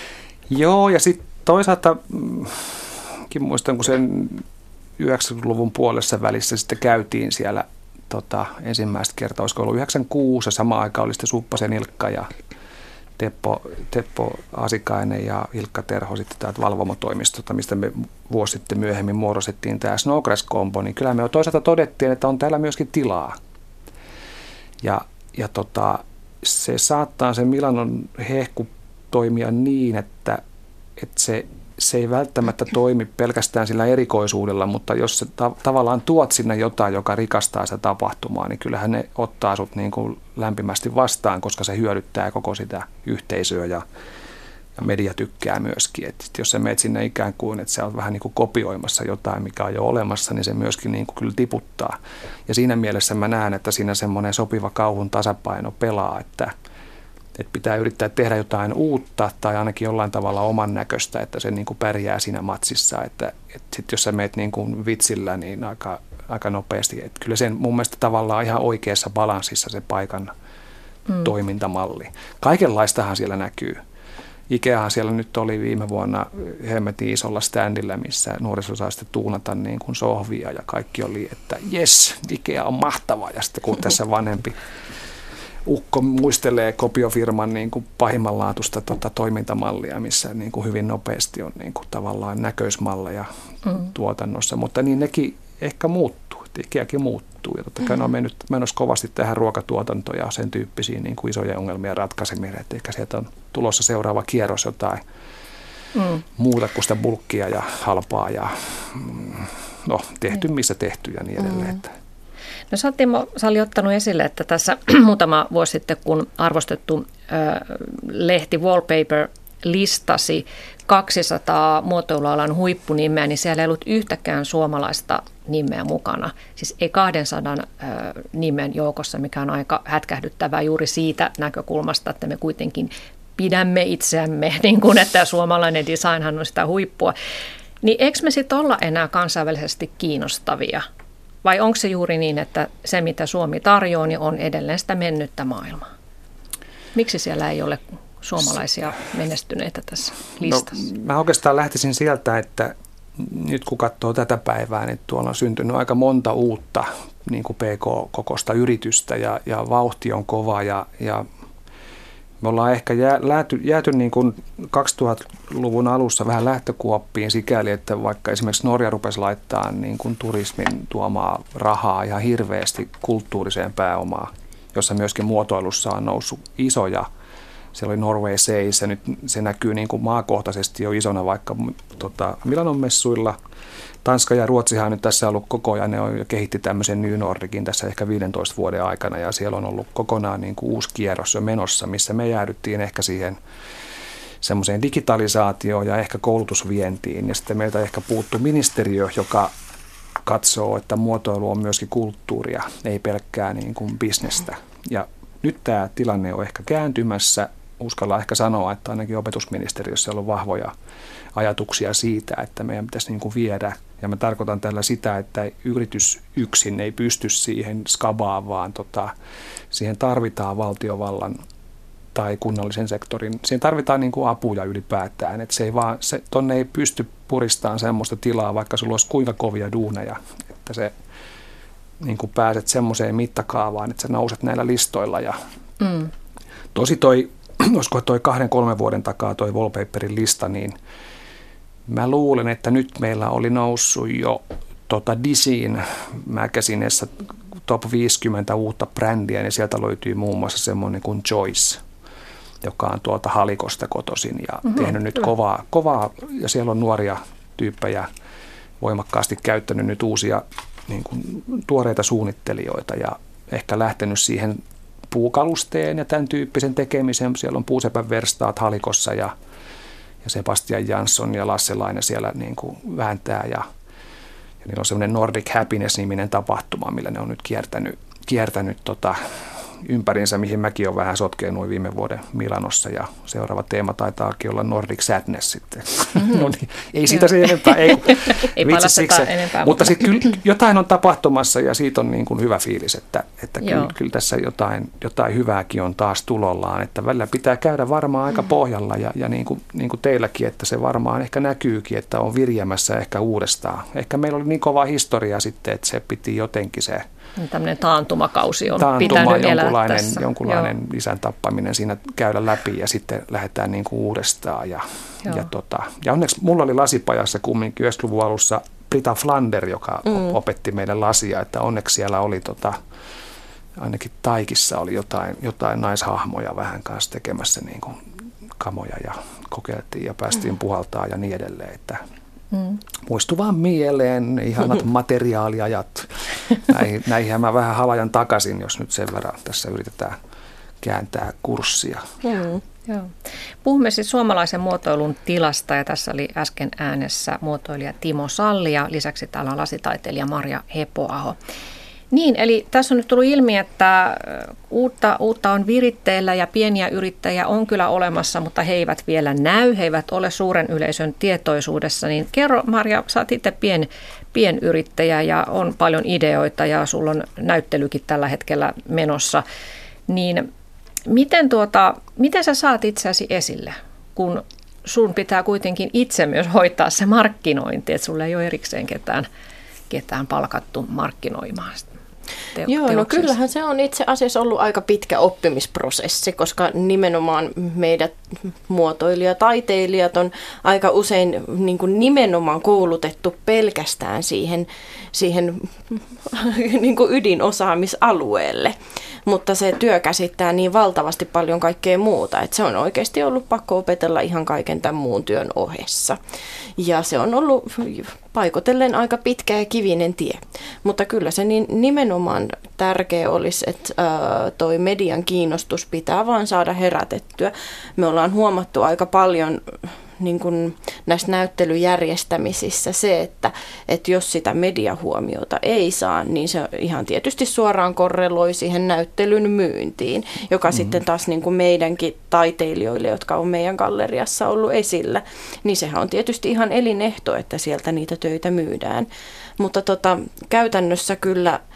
[SPEAKER 3] Joo, ja sitten toisaalta muistan, kun sen yhdeksänkymmentäluvun puolessa välissä sitten käytiin siellä tota, ensimmäistä kertaa, olisiko ollut yhdeksänkymmentäkuusi, ja samaan aikaan oli sitten Suppasen Ilkka ja Teppo, Teppo Asikainen ja Ilkka Terho sitten täältä valvomotoimistolta, mistä me vuosi sitten myöhemmin muodostettiin tämä Snowgrass-kombo, niin kyllä me toisaalta todettiin, että on täällä myöskin tilaa. Ja, ja tota, se saattaa se Milanon hehku toimia niin, että, että se se ei välttämättä toimi pelkästään sillä erikoisuudella, mutta jos sä ta- tavallaan tuot sinne jotain, joka rikastaa sitä tapahtumaa, niin kyllähän ne ottaa sut niin kuin lämpimästi vastaan, koska se hyödyttää koko sitä yhteisöä ja, ja media tykkää myöskin. Et jos sä meet sinne ikään kuin, että sä oot vähän niin kuin kopioimassa jotain, mikä on jo olemassa, niin se myöskin niin kuin kyllä tiputtaa. Ja siinä mielessä mä näen, että siinä semmoinen sopiva kauhun tasapaino pelaa, että että pitää yrittää tehdä jotain uutta tai ainakin jollain tavalla oman näköistä, että se niin kuin pärjää siinä matsissa. Että, että sit jos sä meet niin kuin vitsillä, niin aika, aika nopeasti. Että kyllä sen mun mielestä tavallaan ihan oikeassa balanssissa se paikan mm. toimintamalli. Kaikenlaistahan siellä näkyy. Ikeahan siellä nyt oli viime vuonna hemmetin isolla standilla, missä nuoriso saa sitten tuunata niin kuin sohvia ja kaikki oli, että jes, Ikea on mahtava. Ja sitten kun tässä vanhempi ukko muistelee kopiofirman niin kuin pahimmanlaatuista tota, toimintamallia, missä niin kuin hyvin nopeasti on niin kuin tavallaan näköismalleja mm. tuotannossa, mutta niin nekin ehkä muuttuu, Ikeakin muuttuu. Ja totta kai mm. on mennyt menossa kovasti tähän ruokatuotantoon ja sen tyyppisiin niin kuin isoja ongelmia ratkaiseminen, että ehkä sieltä on tulossa seuraava kierros jotain mm. muuta kuin sitä bulkkia ja halpaa ja no, tehty missä tehty ja niin edelleen. Mm.
[SPEAKER 1] No sä, Timo, sä oli ottanut esille, että tässä muutama vuosi sitten, kun arvostettu äh, lehti Wallpaper listasi kaksisataa muotoilualan huippunimeä, niin siellä ei ollut yhtäkään suomalaista nimeä mukana. Siis ei kahdensadan äh, nimen joukossa, mikä on aika hätkähdyttävää juuri siitä näkökulmasta, että me kuitenkin pidämme itseämme, niin kuin että suomalainen designhan on sitä huippua. Niin eikö me sitten olla enää kansainvälisesti kiinnostavia? Vai onko se juuri niin, että se mitä Suomi tarjoaa, niin on edelleen sitä mennyttä maailmaa? Miksi siellä ei ole suomalaisia menestyneitä tässä listassa?
[SPEAKER 3] No, mä oikeastaan lähtisin sieltä, että nyt kun katsoo tätä päivää, niin tuolla on syntynyt aika monta uutta niin kuin P K-kokoista yritystä ja, ja vauhti on kova ja, ja me ollaan ehkä jää, jääty, jääty niin kuin kaksituhattaluvun alussa vähän lähtökuoppiin sikäli, että vaikka esimerkiksi Norja rupesi laittaa niin kuin turismin tuomaa rahaa ihan hirveästi kulttuuriseen pääomaan, jossa myöskin muotoilussa on noussut isoja. Siellä oli Norway Says ja nyt se näkyy niin kuin maakohtaisesti jo isona vaikka tota, Milanon messuilla. Tanska ja Ruotsihan on nyt tässä ollut koko ajan, ne on jo kehitti tämmöisen New Nordicin tässä ehkä viidentoista vuoden aikana ja siellä on ollut kokonaan niin kuin uusi kierros jo menossa, missä me jäädyttiin ehkä siihen semmoiseen digitalisaatioon ja ehkä koulutusvientiin ja sitten meiltä ehkä puuttuu ministeriö, joka katsoo, että muotoilu on myöskin kulttuuria, ei pelkkää niin kuin bisnestä ja nyt tämä tilanne on ehkä kääntymässä. Uskallan ehkä sanoa, että ainakin opetusministeriössä on vahvoja ajatuksia siitä, että meidän pitäisi niin kuin viedä. Ja mä tarkoitan tällä sitä, että yritys yksin ei pysty siihen skabaan, vaan tota, siihen tarvitaan valtiovallan tai kunnallisen sektorin. Siihen tarvitaan niin kuin apuja ylipäätään. Että se ei vaan, se, tonne ei pysty puristamaan semmoista tilaa, vaikka sulla olisi kuinka kovia duuneja, että se niin kuin pääset semmoiseen mittakaavaan, että sä nouset näillä listoilla. Ja mm. Tosi toi, olisiko toi kahden, kolmen vuoden takaa toi Wallpaperin lista, niin mä luulen, että nyt meillä oli noussut jo tota Dizin magazineessa top viisikymmentä uutta brändiä, ja sieltä löytyy muun muassa semmoinen kuin Joyce, joka on tuolta Halikosta kotoisin ja mm-hmm. tehnyt nyt kovaa, kovaa, ja siellä on nuoria tyyppejä voimakkaasti käyttänyt nyt uusia niin kuin tuoreita suunnittelijoita ja ehkä lähtenyt siihen puukalusteen ja tämän tyyppisen tekemiseen. Siellä on Puusepän verstaat Halikossa ja, ja Sebastian Jansson ja Lasselainen siellä niin kuin vääntää ja, ja niillä on semmoinen Nordic Happiness-niminen tapahtuma, millä ne on nyt kiertänyt, kiertänyt tota, ympärinsä, mihin mäkin olen vähän sotkeenut viime vuoden Milanossa ja seuraava teema taitaakin olla Nordic Sadness sitten. Mm-hmm. No niin, ei siitä se enempää, ei,
[SPEAKER 1] ei palasteta enempää.
[SPEAKER 3] Mutta sitten kyllä jotain on tapahtumassa ja siitä on niin kuin hyvä fiilis, että, että kyllä, kyllä tässä jotain, jotain hyvääkin on taas tulollaan, että välillä pitää käydä varmaan aika pohjalla ja, ja niin, kuin, niin kuin teilläkin, että se varmaan ehkä näkyykin, että on virjämässä ehkä uudestaan. Ehkä meillä oli niin kova historia sitten, että se piti jotenkin se
[SPEAKER 1] tämmöinen taantumakausi on
[SPEAKER 3] Taantuma,
[SPEAKER 1] pitänyt elää
[SPEAKER 3] jonkunlainen,
[SPEAKER 1] tässä.
[SPEAKER 3] jonkunlainen isän tappaminen siinä käydä läpi ja sitten lähdetään niin kuin uudestaan. Ja, ja, tota, ja onneksi mulla oli lasipajassa kumminkin yhdeksänkymmentäluvun alussa Brita Flander, joka mm. opetti meille lasia, että onneksi siellä oli tota, ainakin Taikissa oli jotain, jotain naishahmoja vähän kanssa tekemässä niin kuin kamoja ja kokeiltiin ja päästiin mm. puhaltaa ja niin edelleen, että Mm. muistu vaan mieleen ihanat materiaaliajat. Näihin, näihin mä vähän halajan takaisin, jos nyt sen verran tässä yritetään kääntää kurssia.
[SPEAKER 1] Mm. Joo. Puhumme siis suomalaisen muotoilun tilasta ja tässä oli äsken äänessä muotoilija Timo Salli ja lisäksi täällä on lasitaiteilija Marja Hepoaho. Niin, eli tässä on nyt tullut ilmi, että uutta, uutta on viritteillä ja pieniä yrittäjiä on kyllä olemassa, mutta he eivät vielä näy, he eivät ole suuren yleisön tietoisuudessa. Niin kerro, Marja, sä oot itse pien, pienyrittäjä ja on paljon ideoita ja sulla on näyttelykin tällä hetkellä menossa. Niin miten, tuota, miten sä saat itseäsi esille, kun sun pitää kuitenkin itse myös hoitaa se markkinointi, että sulla ei ole erikseen ketään, ketään palkattu markkinoimaan sitä? Te-
[SPEAKER 2] Joo, no kyllähän se on itse asiassa ollut aika pitkä oppimisprosessi, koska nimenomaan meidät muotoilijataiteilijat on aika usein niin kuin nimenomaan koulutettu pelkästään siihen, siihen niin kuin ydinosaamisalueelle. Mutta se työ käsittää niin valtavasti paljon kaikkea muuta, että se on oikeasti ollut pakko opetella ihan kaiken tämän muun työn ohessa. Ja se on ollut paikotellen aika pitkä ja kivinen tie. Mutta kyllä se niin nimenomaan tärkeä olisi, että ää, toi median kiinnostus pitää vaan saada herätettyä. Me ollaan huomattu aika paljon niin kuin näissä näyttelyjärjestämisissä se, että, että jos sitä mediahuomiota ei saa, niin se ihan tietysti suoraan korreloi siihen näyttelyn myyntiin, joka mm-hmm. sitten taas niin kuin meidänkin taiteilijoille, jotka on meidän galleriassa ollut esillä, niin sehän on tietysti ihan elinehto, että sieltä niitä töitä myydään. Mutta tota, käytännössä kyllä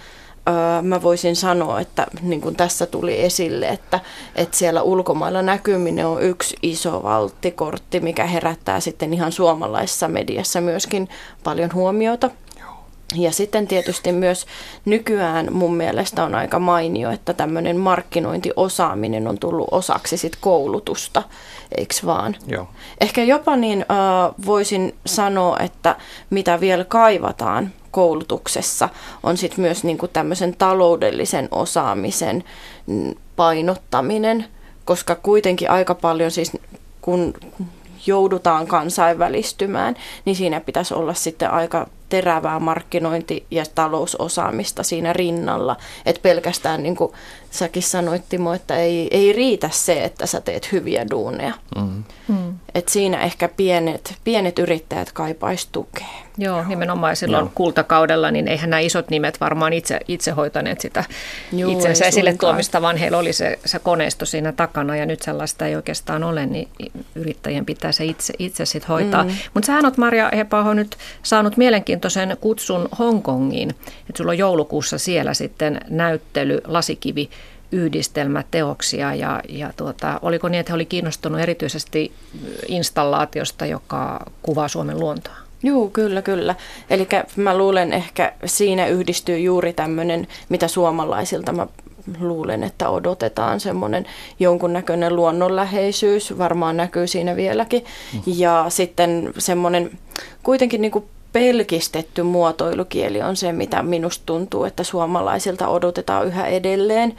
[SPEAKER 2] öö, mä voisin sanoa, että niin kuin tässä tuli esille, että, että siellä ulkomailla näkyminen on yksi iso valttikortti, mikä herättää sitten ihan suomalaisessa mediassa myöskin paljon huomiota. Ja sitten tietysti myös nykyään mun mielestä on aika mainio, että tämmöinen markkinointiosaaminen on tullut osaksi sit koulutusta, eikö vaan?
[SPEAKER 3] Joo.
[SPEAKER 2] Ehkä jopa niin äh, voisin sanoa, että mitä vielä kaivataan koulutuksessa on sitten myös niinku tämmöisen taloudellisen osaamisen painottaminen, koska kuitenkin aika paljon siis kun joudutaan kansainvälistymään, niin siinä pitäisi olla sitten aika terävää markkinointi- ja talousosaamista siinä rinnalla. Että pelkästään, niin kuin säkin sanoit, Timo, että ei, ei riitä se, että sä teet hyviä duuneja. Mm. Mm. Että siinä ehkä pienet, pienet yrittäjät kaipaisi tukea.
[SPEAKER 1] Joo, nimenomaan silloin Joo. kultakaudella, niin eihän nämä isot nimet varmaan itse, itse hoitaneet sitä Joo, itsensä esille tuomista, vaan heillä oli se, se koneisto siinä takana, ja nyt sellaista ei oikeastaan ole, niin yrittäjien pitää se itse, itse sitten hoitaa. Mm. Mutta sähän olet, Marja Heba-aho, nyt saanut mielenkiintoisen kutsun Hongkongiin, että sulla on joulukuussa siellä sitten näyttely lasikivi yhdistelmäteoksia, ja, ja tuota, oliko niin, että he oli kiinnostunut erityisesti installaatiosta, joka kuvaa Suomen luontoa?
[SPEAKER 2] Joo, kyllä, kyllä. Eli mä luulen ehkä siinä yhdistyy juuri tämmöinen, mitä suomalaisilta mä luulen, että odotetaan, semmoinen jonkunnäköinen luonnonläheisyys, varmaan näkyy siinä vieläkin. Mm. Ja sitten semmoinen kuitenkin niin kuin pelkistetty muotoilukieli on se, mitä minusta tuntuu, että suomalaisilta odotetaan yhä edelleen.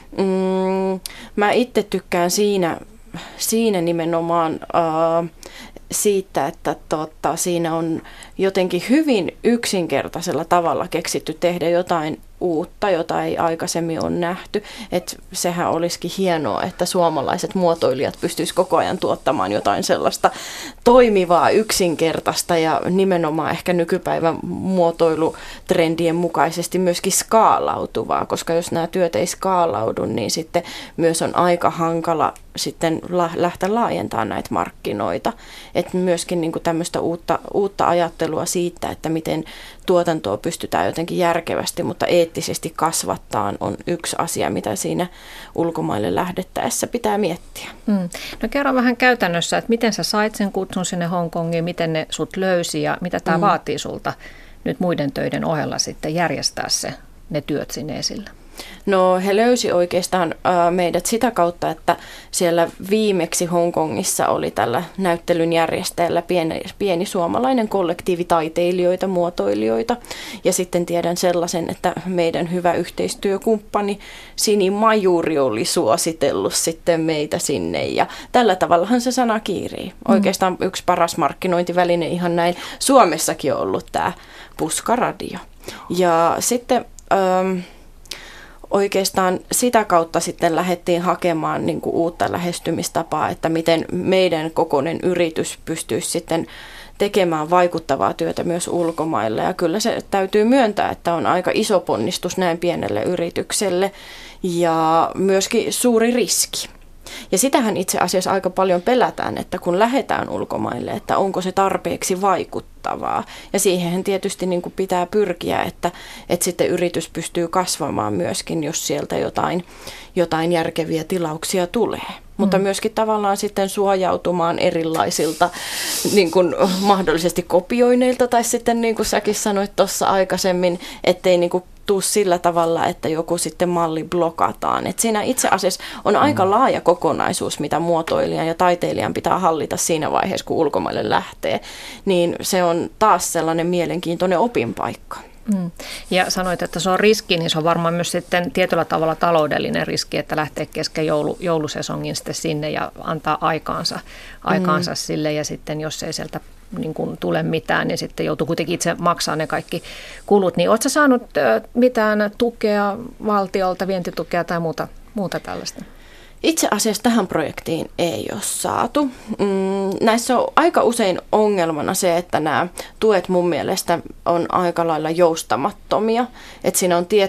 [SPEAKER 2] Mm, mä itse tykkään siinä, siinä nimenomaan äh, siitä, että tota, siinä on jotenkin hyvin yksinkertaisella tavalla keksitty tehdä jotain uutta, jota ei aikaisemmin ole nähty. Et sehän olisikin hienoa, että suomalaiset muotoilijat pystyisivät koko ajan tuottamaan jotain sellaista toimivaa, yksinkertaista ja nimenomaan ehkä nykypäivän muotoilutrendien mukaisesti myöskin skaalautuvaa, koska jos nämä työt ei skaalaudu, niin sitten myös on aika hankala sitten la- lähteä laajentamaan näitä markkinoita. Et myöskin niin kuin tämmöistä uutta, uutta ajattelua siitä, että miten tuotantoa pystytään jotenkin järkevästi, mutta eettisesti kasvattaa on yksi asia, mitä siinä ulkomaille lähdettäessä pitää miettiä.
[SPEAKER 1] Mm. No kerro vähän käytännössä, että miten sä sait sen kutsun sinne Hongkongiin, miten ne sut löysi ja mitä tämä mm. vaatii sulta nyt muiden töiden ohella sitten järjestää se, ne työt sinne esille?
[SPEAKER 2] No he löysi oikeastaan äh, meidät sitä kautta, että siellä viimeksi Hongkongissa oli tällä näyttelyn järjestäjällä pieni, pieni suomalainen kollektiivi taiteilijoita, muotoilijoita. Ja sitten tiedän sellaisen, että meidän hyvä yhteistyökumppani Sini Majuri oli suositellut sitten meitä sinne. Ja tällä tavallahan se sana kiirii. Oikeastaan yksi paras markkinointiväline ihan näin Suomessakin on ollut tämä Puskaradio. Ja sitten Ähm, Oikeastaan sitä kautta sitten lähdettiin hakemaan niin kuin uutta lähestymistapaa, että miten meidän kokoinen yritys pystyisi sitten tekemään vaikuttavaa työtä myös ulkomailla. Ja kyllä se täytyy myöntää, että on aika iso ponnistus näin pienelle yritykselle ja myöskin suuri riski. Ja sitähän itse asiassa aika paljon pelätään, että kun lähdetään ulkomaille, että onko se tarpeeksi vaikuttavaa. Ja siihen tietysti niin kuin pitää pyrkiä, että, että sitten yritys pystyy kasvamaan myöskin, jos sieltä jotain, jotain järkeviä tilauksia tulee. Mm. Mutta myöskin tavallaan sitten suojautumaan erilaisilta niin kuin mahdollisesti kopioineilta tai sitten niin kuin säkin sanoit tuossa aikaisemmin, ettei niin kuin tuu sillä tavalla, että joku sitten malli blokataan. Et siinä itse asiassa on aika laaja kokonaisuus, mitä muotoilijan ja taiteilijan pitää hallita siinä vaiheessa, kun ulkomaille lähtee. Niin se on taas sellainen mielenkiintoinen opinpaikka.
[SPEAKER 1] Mm. Ja sanoit, että se on riski, niin se on varmaan myös sitten tietyllä tavalla taloudellinen riski, että lähtee kesken joulu, joulusesongin sitten sinne ja antaa aikaansa, aikaansa mm. sille, ja sitten jos ei sieltä niin kuin tule mitään, niin sitten joutuu kuitenkin itse maksamaan ne kaikki kulut. Niin ootko sä saanut mitään tukea valtiolta, vientitukea tai muuta, muuta tällaista?
[SPEAKER 2] Itse asiassa tähän projektiin ei ole saatu. Näissä on aika usein ongelmana se, että nämä tuet mun mielestä on aika lailla joustamattomia. Että siinä on tietty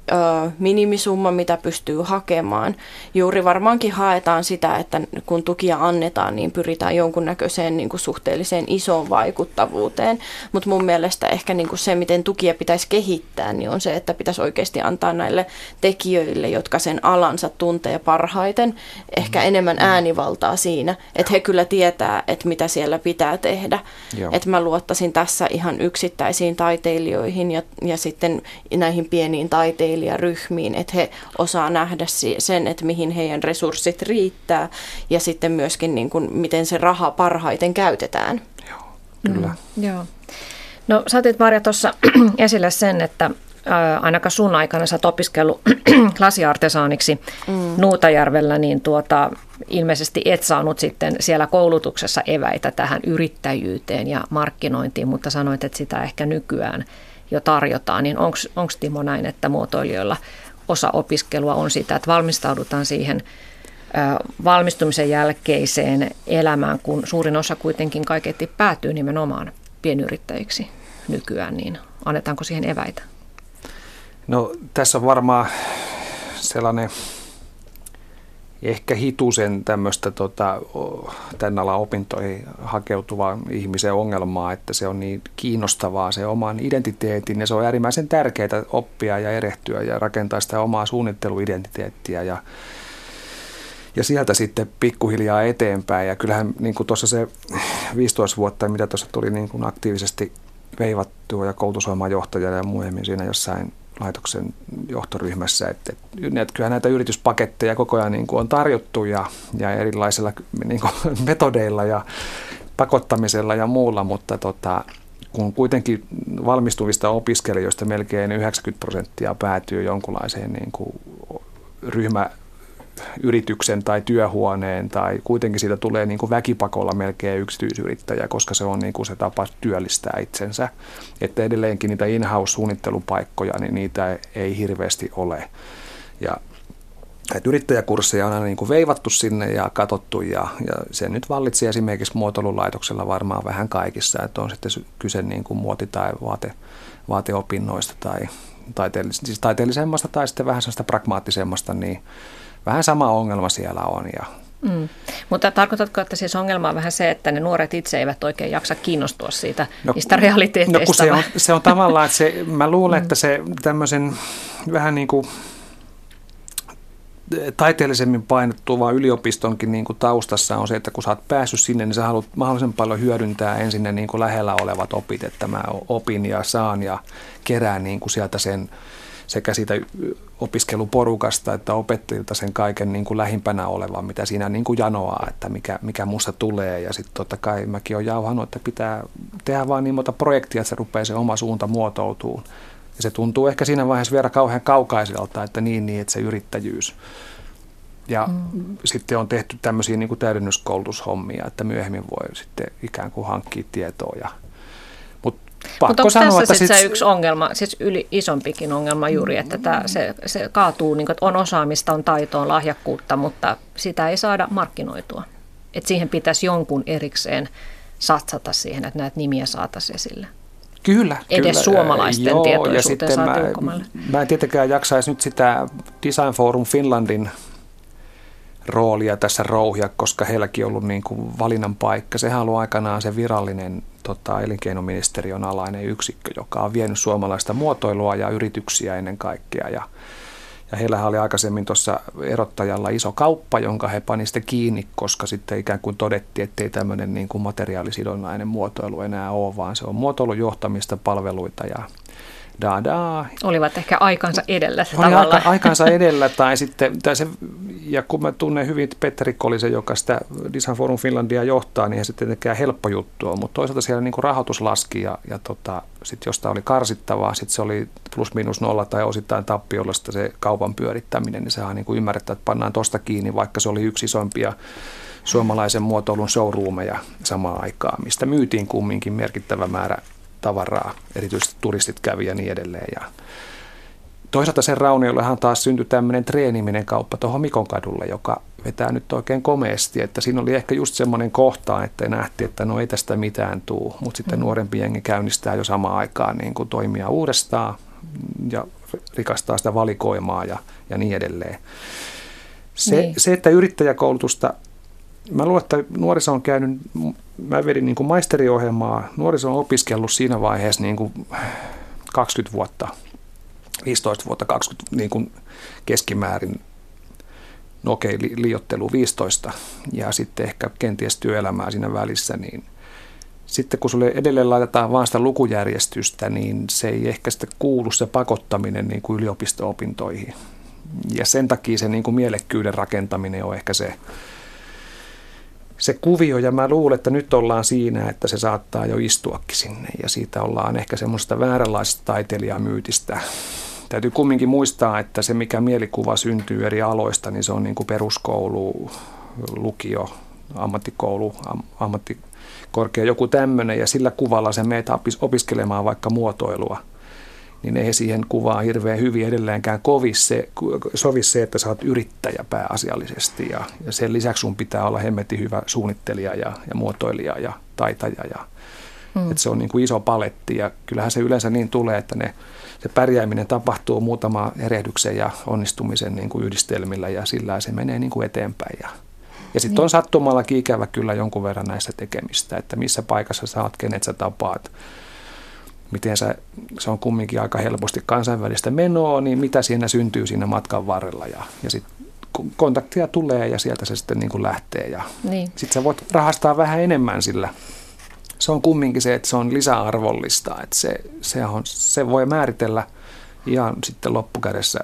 [SPEAKER 2] ö, minimisumma, mitä pystyy hakemaan. Juuri varmaankin haetaan sitä, että kun tukia annetaan, niin pyritään jonkunnäköiseen niin kuin suhteelliseen isoon vaikuttavuuteen. Mutta mun mielestä ehkä niin kuin se, miten tukia pitäisi kehittää, niin on se, että pitäisi oikeasti antaa näille tekijöille, jotka sen alansa tuntee parhaiten, ehkä enemmän äänivaltaa siinä, että he kyllä tietää, että mitä siellä pitää tehdä. Että mä luottaisin tässä ihan yksittäisiin taiteilijoihin ja, ja sitten näihin pieniin taiteilijaryhmiin, että he osaa nähdä sen, että mihin heidän resurssit riittää ja sitten myöskin niin kuin, miten se raha parhaiten käytetään.
[SPEAKER 3] Joo, kyllä.
[SPEAKER 1] Mm, joo. No sä otit, Marja, tuossa esille sen, että ää, ainakaan sun aikana sä oot opiskellut lasiartesaaniksi mm. Nuutajärvellä, niin tuota, ilmeisesti et saanut sitten siellä koulutuksessa eväitä tähän yrittäjyyteen ja markkinointiin, mutta sanoit, että sitä ehkä nykyään jo tarjotaan. Niin onko Timo näin, että muotoilijoilla osa opiskelua on sitä, että valmistaudutaan siihen ää, valmistumisen jälkeiseen elämään, kun suurin osa kuitenkin kaiketi päätyy nimenomaan pienyrittäjiksi nykyään, niin annetaanko siihen eväitä?
[SPEAKER 3] No tässä on varmaan sellainen ehkä hitusen tämmöistä tota, tämän alan opintoihin hakeutuva ihmisen ongelmaa, että se on niin kiinnostavaa se oman identiteetin ja se on äärimmäisen tärkeää oppia ja erehtyä ja rakentaa sitä omaa suunnitteluidentiteettiä ja Ja sieltä sitten pikkuhiljaa eteenpäin. Ja kyllähän niin kuin tuossa se viisitoista vuotta, mitä tuossa tuli niin kuin aktiivisesti veivattua ja koulutusohjelman johtajana ja myöhemmin siinä jossain laitoksen johtoryhmässä. Että, että kyllähän näitä yrityspaketteja koko ajan niin kuin on tarjottu ja, ja erilaisilla niin kuin metodeilla ja pakottamisella ja muulla, mutta tota, kun kuitenkin valmistuvista opiskelijoista melkein yhdeksänkymmentä prosenttia päätyy jonkunlaiseen niin kuin ryhmä yrityksen tai työhuoneen tai kuitenkin siitä tulee niin kuin väkipakolla melkein yksityisyrittäjä, koska se on niin kuin se tapa työllistää itsensä. Että edelleenkin niitä in-house-suunnittelupaikkoja, niin niitä ei hirveästi ole. Ja että yrittäjäkursseja on aina niin kuin veivattu sinne ja katsottu ja, ja se nyt vallitsee esimerkiksi muotoilulaitoksella varmaan vähän kaikissa, että on sitten kyse niin kuin muoti- tai vaate, vaateopinnoista tai taiteellis- siis taiteellisemmasta tai sitten vähän sellaista pragmaattisemmasta, niin vähän sama ongelma siellä on. Ja
[SPEAKER 1] mm. Mutta tarkoitatko, että siis ongelma on vähän se, että ne nuoret itse eivät oikein jaksa kiinnostua siitä, no, niistä realiteeteista?
[SPEAKER 3] No kun se on, se on tavallaan, että se, mä luulen, että se tämmöisen vähän niin kuin taiteellisemmin painottuva yliopistonkin niin kuin taustassa on se, että kun sä oot päässyt sinne, niin sä haluat mahdollisimman paljon hyödyntää ensin ne niin kuin lähellä olevat opit, että mä opin ja saan ja kerään niin kuin sieltä sen sekä siitä opiskeluporukasta että opettajilta sen kaiken niin kuin lähimpänä olevan, mitä siinä niin kuin janoaa, että mikä, mikä musta tulee. Ja sitten totta kai mäkin olen jauhannut, että pitää tehdä vaan niin monta projektia, että se rupeaa se oma suunta muotoutumaan. Ja se tuntuu ehkä siinä vaiheessa vielä kauhean kaukaiselta, että niin, niin että se yrittäjyys. Ja mm. sitten on tehty tämmöisiä niin kuin täydennyskoulutushommia, että myöhemmin voi sitten ikään kuin hankkia tietoa ja
[SPEAKER 1] mutta onko sanoa, tässä sitten sit se yksi ongelma, siis yli isompikin ongelma juuri, että tämä, se, se kaatuu, niin kuin, että on osaamista, on taitoa, on lahjakkuutta, mutta sitä ei saada markkinoitua. Että siihen pitäisi jonkun erikseen satsata siihen, että näitä nimiä saataisiin esille.
[SPEAKER 3] Kyllä.
[SPEAKER 1] Edes
[SPEAKER 3] kyllä.
[SPEAKER 1] suomalaisten
[SPEAKER 3] Joo,
[SPEAKER 1] tietoisuuteen saati
[SPEAKER 3] mä,
[SPEAKER 1] ulkomaille.
[SPEAKER 3] Mä en tietenkään jaksaisi nyt sitä Design Forum Finlandin roolia tässä rouhia, koska heilläkin on ollut niin kuin valinnan paikka. Sehän on ollut aikanaan se virallinen tota, elinkeinoministeriön alainen yksikkö, joka on vienyt suomalaista muotoilua ja yrityksiä ennen kaikkea. Ja, ja heillähän oli aikaisemmin tuossa erottajalla iso kauppa, jonka he pani sitten kiinni, koska sitten ikään kuin todettiin, ettei tämmöinen niin kuin materiaalisidonnainen muotoilu enää ole, vaan se on muotoilujohtamista, palveluita ja da-da.
[SPEAKER 1] Olivat ehkä aikansa edellä
[SPEAKER 3] Oli
[SPEAKER 1] tavallaan.
[SPEAKER 3] Aika, aikansa edellä, tai sitten, tai se, ja kun mä tunnen hyvin Petteri Kolisen, joka sitä Design Forum Finlandia johtaa, niin se sitten tekee helppo juttu on, mutta toisaalta siellä niin kuin rahoitus laski, ja, ja tota, sitten josta oli karsittavaa, sitten se oli plus miinus nolla tai osittain tappiollista se kaupan pyörittäminen, niin sehän on niin kuin ymmärrettä, että pannaan tosta kiinni, vaikka se oli yksi isompia suomalaisen muotoilun showroomeja samaan aikaan, mistä myytiin kumminkin merkittävä määrä tavaraa, erityisesti turistit kävi ja niin edelleen. Ja toisaalta sen rauniollehan taas syntyi tämmöinen treeniminen kauppa tuohon Mikon kadulle, joka vetää nyt oikein komeasti, että siinä oli ehkä just semmoinen kohta, että nähtiin, että no ei tästä mitään tuu, mutta sitten nuorempi jengi käynnistää jo samaan aikaan niin kuin toimia uudestaan ja rikastaa sitä valikoimaa ja, ja niin edelleen. Se,
[SPEAKER 1] niin.
[SPEAKER 3] se, että yrittäjäkoulutusta, mä luulen, että nuoriso on käynyt, mä vedin niin kuin maisteriohjelmaa, nuoriso on opiskellut siinä vaiheessa niin kuin kaksikymmentä vuotta, viisitoista vuotta, kaksikymmentä niin kuin keskimäärin, no okei, li, liiottelu viisitoista ja sitten ehkä kenties työelämää siinä välissä, niin sitten kun sulle edelleen laitetaan vaan sitä lukujärjestystä, niin se ei ehkä sitten kuulu se pakottaminen niin kuin yliopisto-opintoihin. Ja sen takia se niin kuin mielekkyyden rakentaminen on ehkä se, se kuvio. Ja mä luulen, että nyt ollaan siinä, että se saattaa jo istuakin sinne. Ja siitä ollaan ehkä semmoista vääränlaisesta taiteilijamyytistä. Täytyy kumminkin muistaa, että se mikä mielikuva syntyy eri aloista, niin se on niin kuin peruskoulu, lukio, ammattikoulu, am, ammattikorkea, joku tämmöinen. Ja sillä kuvalla se meet opiskelemaan vaikka muotoilua. Niin ei siihen kuvaan hirveän hyvin edelleenkään kovi se, sovi se, että sä oot yrittäjä pääasiallisesti. Ja, ja sen lisäksi sun pitää olla hemmetin hyvä suunnittelija ja, ja muotoilija ja taitaja. Ja, mm. että se on niin kuin iso paletti ja kyllähän se yleensä niin tulee, että ne, se pärjääminen tapahtuu muutama erehdyksen ja onnistumisen niin kuin yhdistelmillä ja sillä se menee niin kuin eteenpäin. Ja, ja sitten on sattumallakin ikävä kyllä jonkun verran näissä tekemistä, että missä paikassa sä oot, kenet sä tapaat. Miten se, se on kumminkin aika helposti kansainvälistä menoa, niin mitä siinä syntyy siinä matkan varrella. Ja, ja sitten kontaktia tulee ja sieltä se sitten niin kuin lähtee. Ja niin. Sitten sä voit rahastaa vähän enemmän sillä. Se on kumminkin se, että se on lisäarvollista. Että se, se, on, se voi määritellä ihan sitten loppukädessä.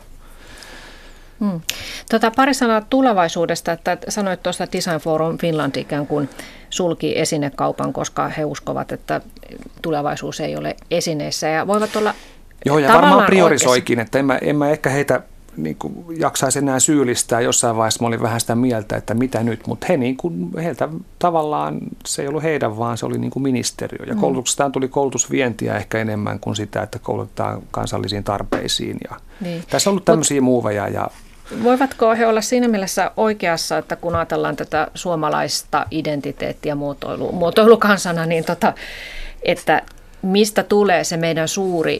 [SPEAKER 1] Hmm. Tota, pari sanaa tulevaisuudesta, että sanoit tuosta Design Forum Finland ikään kuin sulki esinekaupan, koska he uskovat, että tulevaisuus ei ole esineissä ja voivat olla
[SPEAKER 3] Joo, ja varmaan priorisoikin, että en mä, en mä ehkä heitä niin kuin jaksaisi enää syyllistää. Jossain vaiheessa mä olin vähän sitä mieltä, että mitä nyt, mutta he niin kuin, heiltä tavallaan se ei ollut heidän, vaan se oli niin kuin ministeriö. Ja koulutuksestaan tuli koulutusvientiä ehkä enemmän kuin sitä, että koulutetaan kansallisiin tarpeisiin. Ja niin. Tässä on ollut tämmöisiä Mut, muuveja. Ja
[SPEAKER 1] voivatko he olla siinä mielessä oikeassa, että kun ajatellaan tätä suomalaista identiteettiä muotoilu, muotoilukansana, niin tota, että mistä tulee se meidän suuri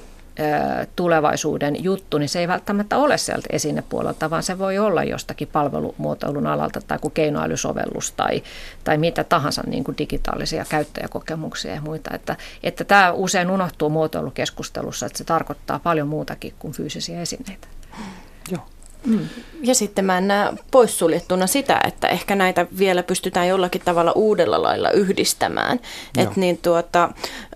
[SPEAKER 1] tulevaisuuden juttu, niin se ei välttämättä ole sieltä esinepuolelta, vaan se voi olla jostakin palvelumuotoilun alalta tai kuin keinoälysovellus tai, tai mitä tahansa niin kuin digitaalisia käyttäjäkokemuksia ja muita. Että, että tämä usein unohtuu muotoilukeskustelussa, että se tarkoittaa paljon muutakin kuin fyysisiä esineitä.
[SPEAKER 3] Joo.
[SPEAKER 2] Mm. Ja sitten mä en näe poissuljettuna sitä, että ehkä näitä vielä pystytään jollakin tavalla uudella lailla yhdistämään. Et niin tuota,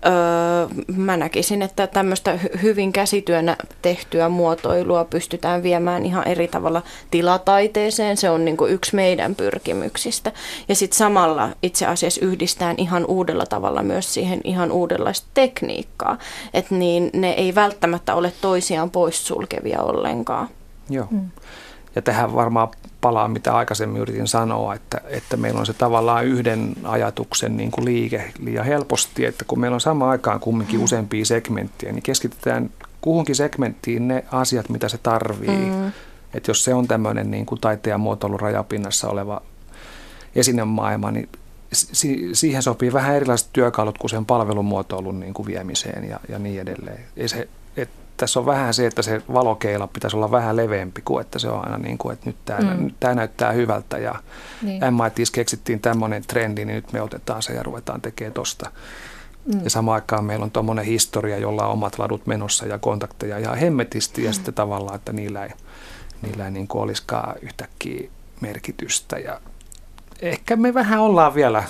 [SPEAKER 2] öö, mä näkisin, että tämmöistä hyvin käsityönä tehtyä muotoilua pystytään viemään ihan eri tavalla tilataiteeseen. Se on niin kuin yksi meidän pyrkimyksistä. Ja sitten samalla itse asiassa yhdistään ihan uudella tavalla myös siihen ihan uudenlaista tekniikkaa. Että niin ne ei välttämättä ole toisiaan poissulkevia ollenkaan.
[SPEAKER 3] Joo. Mm. Ja tähän varmaan palaa, mitä aikaisemmin yritin sanoa, että, että meillä on se tavallaan yhden ajatuksen niin kuin liike liian helposti, että kun meillä on samaan aikaan kumminkin useampia segmenttiä, niin keskitetään kuhunkin segmenttiin ne asiat, mitä se tarvii. Mm. Että jos se on tämmöinen niin kuin taiteen ja muotoilun rajapinnassa oleva esinemaailma, niin si- siihen sopii vähän erilaiset työkalut kuin sen palvelumuotoilun niin kuin viemiseen ja, ja niin edelleen. Ei se, et, tässä on vähän se, että se valokeila pitäisi olla vähän leveämpi kuin, että se on aina niin kuin, että nyt tämä, mm. nyt tämä näyttää hyvältä ja niin. M I T:ssä keksittiin tämmöinen trendi, niin nyt me otetaan se ja ruvetaan tekemään tosta. Mm. Ja samaan aikaan meillä on tuommoinen historia, jolla on omat ladut menossa ja kontakteja ihan hemmetisti ja mm. sitten tavallaan, että niillä ei, niillä ei niin kuin olisikaan yhtäkkiä merkitystä. Ja ehkä me vähän ollaan vielä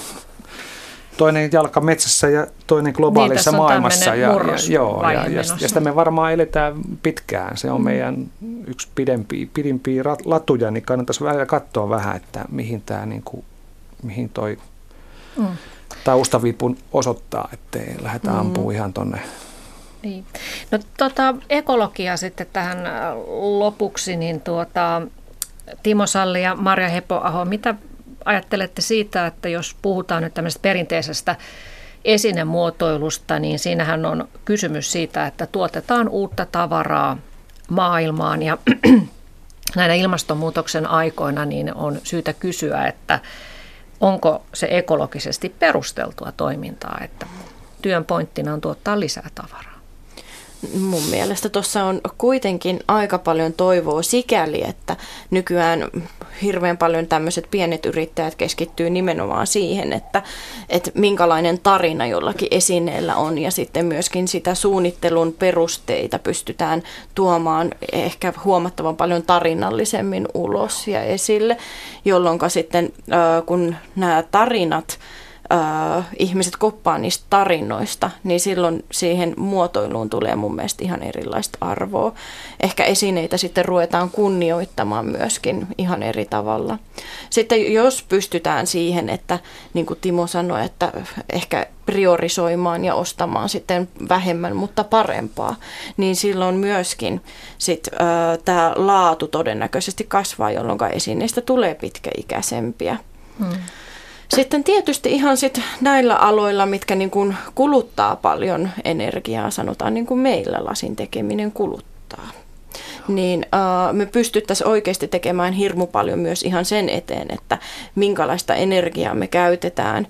[SPEAKER 3] toinen jalka metsässä ja toinen globaalissa niin, maailmassa. Ja, ja, joo, ja, ja, ja sitä me varmaan eletään pitkään. Se on mm. meidän yksi pidempiä, pidempiä latuja, niin kannattaisi välillä katsoa vähän, että mihin tämä niin kuin, mihin toi mm. taustavipun osoittaa, ettei lähdetä mm. ampumaan ihan tonne.
[SPEAKER 1] Niin. No tota, ekologia sitten tähän lopuksi, niin tuota, Timo Salli ja Marja Hepoaho, mitä ajattelette siitä, että jos puhutaan nyt tämmöisestä perinteisestä esinemuotoilusta, niin siinähän on kysymys siitä, että tuotetaan uutta tavaraa maailmaan ja näinä ilmastonmuutoksen aikoina niin on syytä kysyä, että onko se ekologisesti perusteltua toimintaa, että työn pointtina on tuottaa lisää tavaraa.
[SPEAKER 2] Mun mielestä tuossa on kuitenkin aika paljon toivoa sikäli, että nykyään hirveän paljon tämmöiset pienet yrittäjät keskittyy nimenomaan siihen, että, että minkälainen tarina jollakin esineellä on ja sitten myöskin sitä suunnittelun perusteita pystytään tuomaan ehkä huomattavan paljon tarinallisemmin ulos ja esille, jolloin sitten kun nämä tarinat Uh, ihmiset koppaa niistä tarinoista, niin silloin siihen muotoiluun tulee mun mielestä ihan erilaista arvoa. Ehkä esineitä sitten ruvetaan kunnioittamaan myöskin ihan eri tavalla. Sitten jos pystytään siihen, että niin kuin Timo sanoi, että ehkä priorisoimaan ja ostamaan sitten vähemmän, mutta parempaa, niin silloin myöskin sit, uh, tämä laatu todennäköisesti kasvaa, jolloin esineistä tulee pitkäikäisempiä. Hmm. Sitten tietysti ihan sit näillä aloilla, mitkä niin kuin kuluttaa paljon energiaa, sanotaan niin kuin meillä lasin tekeminen kuluttaa, niin uh, me pystyttäisiin oikeasti tekemään hirmu paljon myös ihan sen eteen, että minkälaista energiaa me käytetään,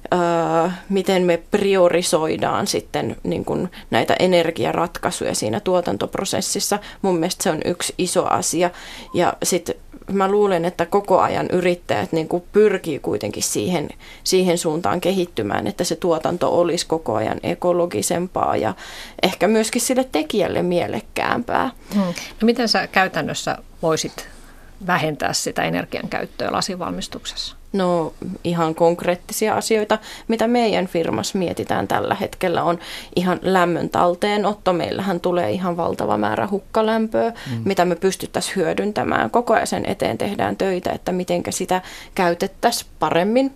[SPEAKER 2] uh, miten me priorisoidaan sitten niin kuin näitä energiaratkaisuja siinä tuotantoprosessissa. Mun mielestä se on yksi iso asia ja sitten mä luulen, että koko ajan yrittäjät niin kuin pyrkii kuitenkin siihen, siihen suuntaan kehittymään, että se tuotanto olisi koko ajan ekologisempaa ja ehkä myöskin sille tekijälle mielekkäämpää.
[SPEAKER 1] Hmm. No miten sä käytännössä voisit vähentää sitä energian käyttöä lasinvalmistuksessa?
[SPEAKER 2] No ihan konkreettisia asioita, mitä meidän firmassa mietitään tällä hetkellä on ihan lämmön talteenotto. Meillähän tulee ihan valtava määrä hukkalämpöä, mm. mitä me pystyttäisiin hyödyntämään. Koko ajan sen eteen tehdään töitä, että miten sitä käytettäisiin paremmin.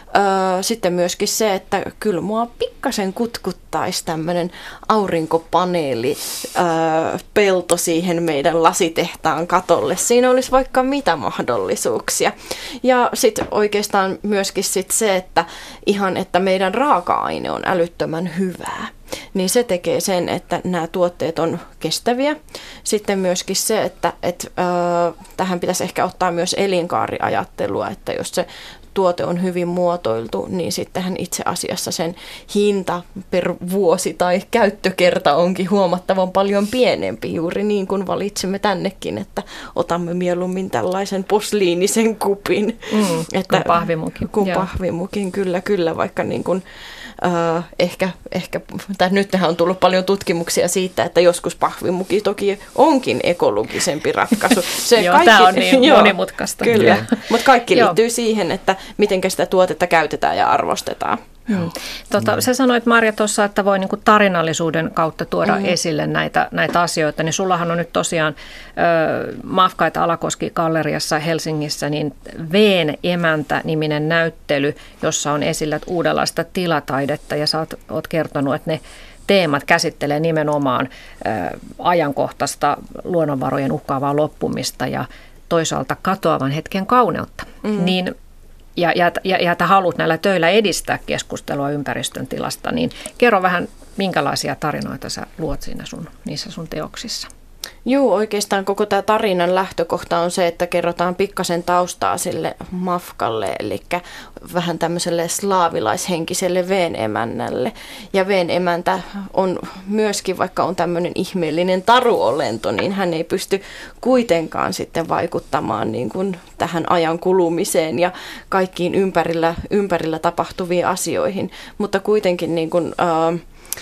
[SPEAKER 2] Öö, sitten myöskin se, että kyllä mua pikkasen kutkuttaisi tämmöinen aurinkopaneeli öö, pelto siihen meidän lasitehtaan katolle. Siinä olisi vaikka mitä mahdollisuuksia. Ja sitten oikeastaan myöskin sit se, että ihan että meidän raaka-aine on älyttömän hyvää. Niin se tekee sen, että nämä tuotteet on kestäviä. Sitten myöskin se, että et, ö, tähän pitäisi ehkä ottaa myös elinkaariajattelua, että jos se tuote on hyvin muotoiltu, niin sittenhän itse asiassa sen hinta per vuosi tai käyttökerta onkin huomattavan paljon pienempi, juuri niin kuin valitsemme tännekin, että otamme mieluummin tällaisen posliinisen kupin.
[SPEAKER 1] Mm, että, kuin pahvimukin.
[SPEAKER 2] Kuin pahvimukin, kyllä, kyllä, vaikka niin kuin Uh, ehkä, ehkä tai nythän on tullut paljon tutkimuksia siitä, että joskus pahvimuki toki onkin ekologisempi ratkaisu.
[SPEAKER 1] Se joo, tämä on niin joo, monimutkaista.
[SPEAKER 2] Kyllä, mutta kaikki liittyy siihen, että miten sitä tuotetta käytetään ja arvostetaan.
[SPEAKER 1] Hmm. Tota, sä sanoit, Marja, tuossa, että voi niinku tarinallisuuden kautta tuoda mm. esille näitä, näitä asioita, niin sullahan on nyt tosiaan ö, Mafkaita Alakoski-galleriassa Helsingissä niin Veen emäntä-niminen näyttely, jossa on esillä uudenlaista tilataidetta, ja sä oot, oot kertonut, että ne teemat käsittelee nimenomaan ö, ajankohtaista luonnonvarojen uhkaavaa loppumista ja toisaalta katoavan hetken kauneutta. Mm. Niin Ja, ja, ja, ja että haluat näillä töillä edistää keskustelua ympäristön tilasta, niin kerro vähän, minkälaisia tarinoita sä luot siinä sun, niissä sun teoksissa.
[SPEAKER 2] Joo, oikeastaan koko tämä tarinan lähtökohta on se, että kerrotaan pikkasen taustaa sille Mafkalle, eli vähän tämmöiselle slaavilaishenkiselle Veen emännälle. Ja Veen emäntä on myöskin, vaikka on tämmöinen ihmeellinen taruolento, niin hän ei pysty kuitenkaan sitten vaikuttamaan niin kuin tähän ajan kulumiseen ja kaikkiin ympärillä, ympärillä tapahtuviin asioihin, mutta kuitenkin niin kuin, äh,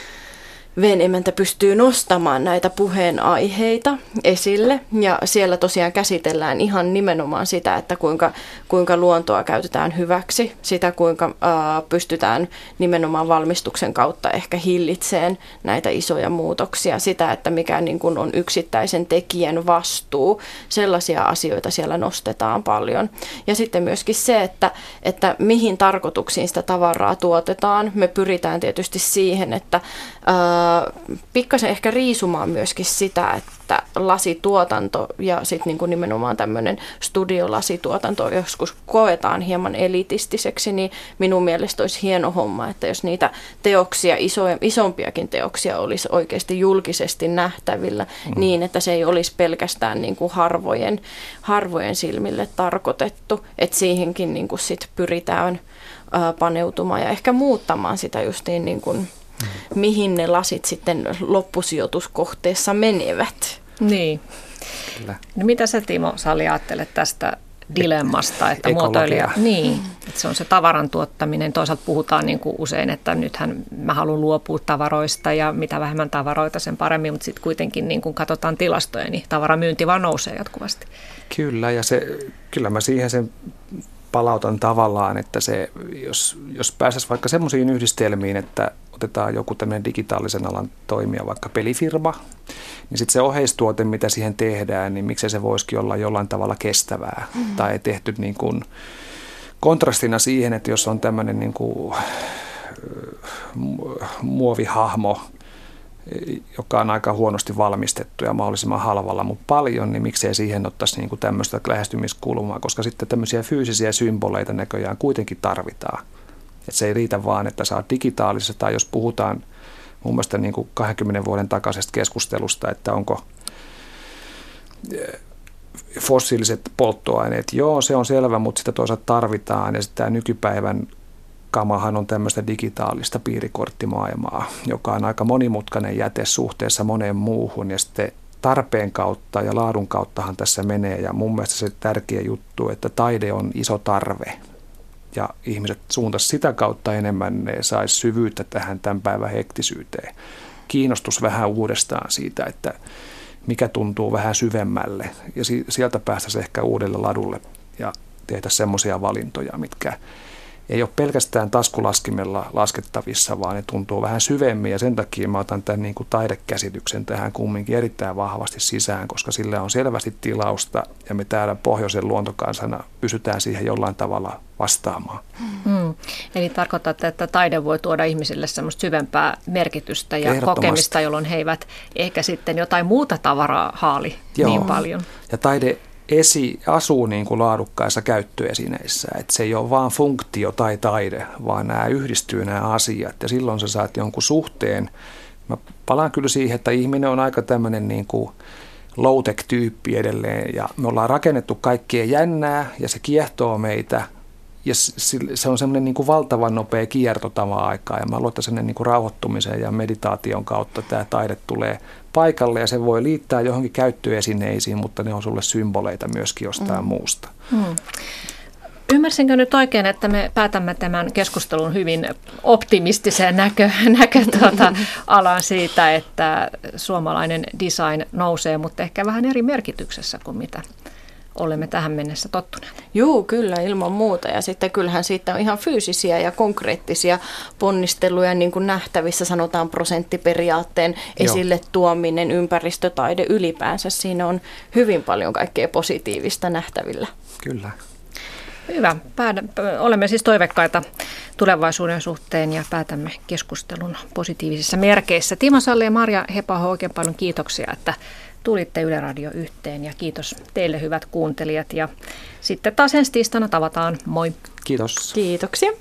[SPEAKER 2] Veen emäntä pystyy nostamaan näitä puheenaiheita esille ja siellä tosiaan käsitellään ihan nimenomaan sitä, että kuinka, kuinka luontoa käytetään hyväksi, sitä kuinka ää, pystytään nimenomaan valmistuksen kautta ehkä hillitseen näitä isoja muutoksia, sitä, että mikä niin kuin on yksittäisen tekijän vastuu, sellaisia asioita siellä nostetaan paljon. Ja sitten myöskin se, että, että mihin tarkoituksiin sitä tavaraa tuotetaan, me pyritään tietysti siihen, että ää, pikkasen ehkä riisumaan myöskin sitä, että lasituotanto ja sitten niinku nimenomaan tämmöinen studiolasituotanto joskus koetaan hieman elitistiseksi, niin minun mielestä olisi hieno homma, että jos niitä teoksia, iso, isompiakin teoksia olisi oikeasti julkisesti nähtävillä mm. niin, että se ei olisi pelkästään niinku harvojen, harvojen silmille tarkoitettu, että siihenkin niinku sit pyritään ä, paneutumaan ja ehkä muuttamaan sitä justiin niin kuin mm. mihin ne lasit sitten loppusijoituskohteessa menevät.
[SPEAKER 1] Niin. Kyllä. No mitä sä, Timo Salli, ajattelet tästä dilemmasta, että muotoilija, niin, että se on se tavaran tuottaminen. Toisaalta puhutaan niin kuin usein, että nythän mä haluan luopua tavaroista ja mitä vähemmän tavaroita sen paremmin, mutta sitten kuitenkin niin kun katsotaan tilastoja, niin tavaramyynti vaan nousee jatkuvasti.
[SPEAKER 3] Kyllä, ja se, kyllä mä siihen sen palautan tavallaan, että se, jos, jos pääsisi vaikka semmoisiin yhdistelmiin, että otetaan joku tämmöinen digitaalisen alan toimija, vaikka pelifirma, niin sitten se oheistuote, mitä siihen tehdään, niin miksei se voisikin olla jollain tavalla kestävää. Mm-hmm. Tai tehty niin kuin kontrastina siihen, että jos on tämmöinen niin kuin muovihahmo, joka on aika huonosti valmistettu ja mahdollisimman halvalla, mutta paljon, niin miksei siihen ottaisi niin kuin tämmöistä lähestymiskulmaa, koska sitten tämmöisiä fyysisiä symboleita näköjään kuitenkin tarvitaan. Et se ei riitä vaan, että saa digitaalisessa, tai jos puhutaan mun mielestä niin kuin kahdenkymmenen vuoden takaisesta keskustelusta, että onko fossiiliset polttoaineet, joo, se on selvä, mutta sitä toisaalta tarvitaan, ja sitten tämä nykypäivän kamahan on tämmöistä digitaalista piirikorttimaailmaa, joka on aika monimutkainen jäte suhteessa moneen muuhun, ja sitten tarpeen kautta ja laadun kauttahan tässä menee, ja mun mielestä se tärkeä juttu, että taide on iso tarve, ja ihmiset suuntaisi sitä kautta enemmän, ne saisi syvyyttä tähän tämän päivän hektisyyteen. Kiinnostus vähän uudestaan siitä, että mikä tuntuu vähän syvemmälle, ja sieltä päästäisiin ehkä uudelle ladulle ja tehdä semmoisia valintoja, mitkä ei ole pelkästään taskulaskimella laskettavissa, vaan ne tuntuu vähän syvemmin, ja sen takia mä otan tämän niin kuin taidekäsityksen tähän kumminkin erittäin vahvasti sisään, koska sillä on selvästi tilausta, ja me täällä pohjoisen luontokansana pysytään siihen jollain tavalla vastaamaan.
[SPEAKER 1] Hmm. Eli tarkoittaa, että taide voi tuoda ihmisille semmoista syvempää merkitystä ja kokemista, jolloin he eivät ehkä sitten jotain muuta tavaraa haali Joo. niin paljon.
[SPEAKER 3] Ja taide esi asuu niin kuin laadukkaissa käyttöesineissä, että se ei ole vaan funktio tai taide, vaan nämä yhdistyy nämä asiat, ja silloin sä saat jonkun suhteen. Mä palaan kyllä siihen, että ihminen on aika tämmöinen niin kuin low-tech-tyyppi edelleen, ja me ollaan rakennettu kaikkea jännää, ja se kiehtoo meitä, ja se on semmoinen niin kuin valtavan nopea kierto tavan aikaa, ja mä luulen, että semmoinen niin kuin rauhoittumisen ja meditaation kautta tämä taide tulee paikalle, ja se voi liittää johonkin käyttöesineisiin, mutta ne on sulle symboleita myöskin jostain mm. muusta. Mm.
[SPEAKER 1] Ymmärsinkö nyt oikein, että me päätämme tämän keskustelun hyvin optimistiseen näkö, näkö tuota, alaan siitä, että suomalainen design nousee, mutta ehkä vähän eri merkityksessä kuin mitä olemme tähän mennessä tottuneet.
[SPEAKER 2] Joo, kyllä, ilman muuta. Ja sitten kyllähän siitä on ihan fyysisiä ja konkreettisia ponnisteluja, niin kuin nähtävissä sanotaan prosenttiperiaatteen esille Joo. tuominen, ympäristötaide ylipäänsä. Siinä on hyvin paljon kaikkea positiivista nähtävillä.
[SPEAKER 3] Kyllä.
[SPEAKER 1] Hyvä. Olemme siis toiveikkaita tulevaisuuden suhteen ja päätämme keskustelun positiivisissa merkeissä. Timo Salli ja Marja Hepaho, oikein paljon kiitoksia, että tulitte Yle Radio yhteen, ja kiitos teille hyvät kuuntelijat, ja sitten taas ensi tiistaina tavataan. Moi.
[SPEAKER 3] Kiitos.
[SPEAKER 2] Kiitoksia.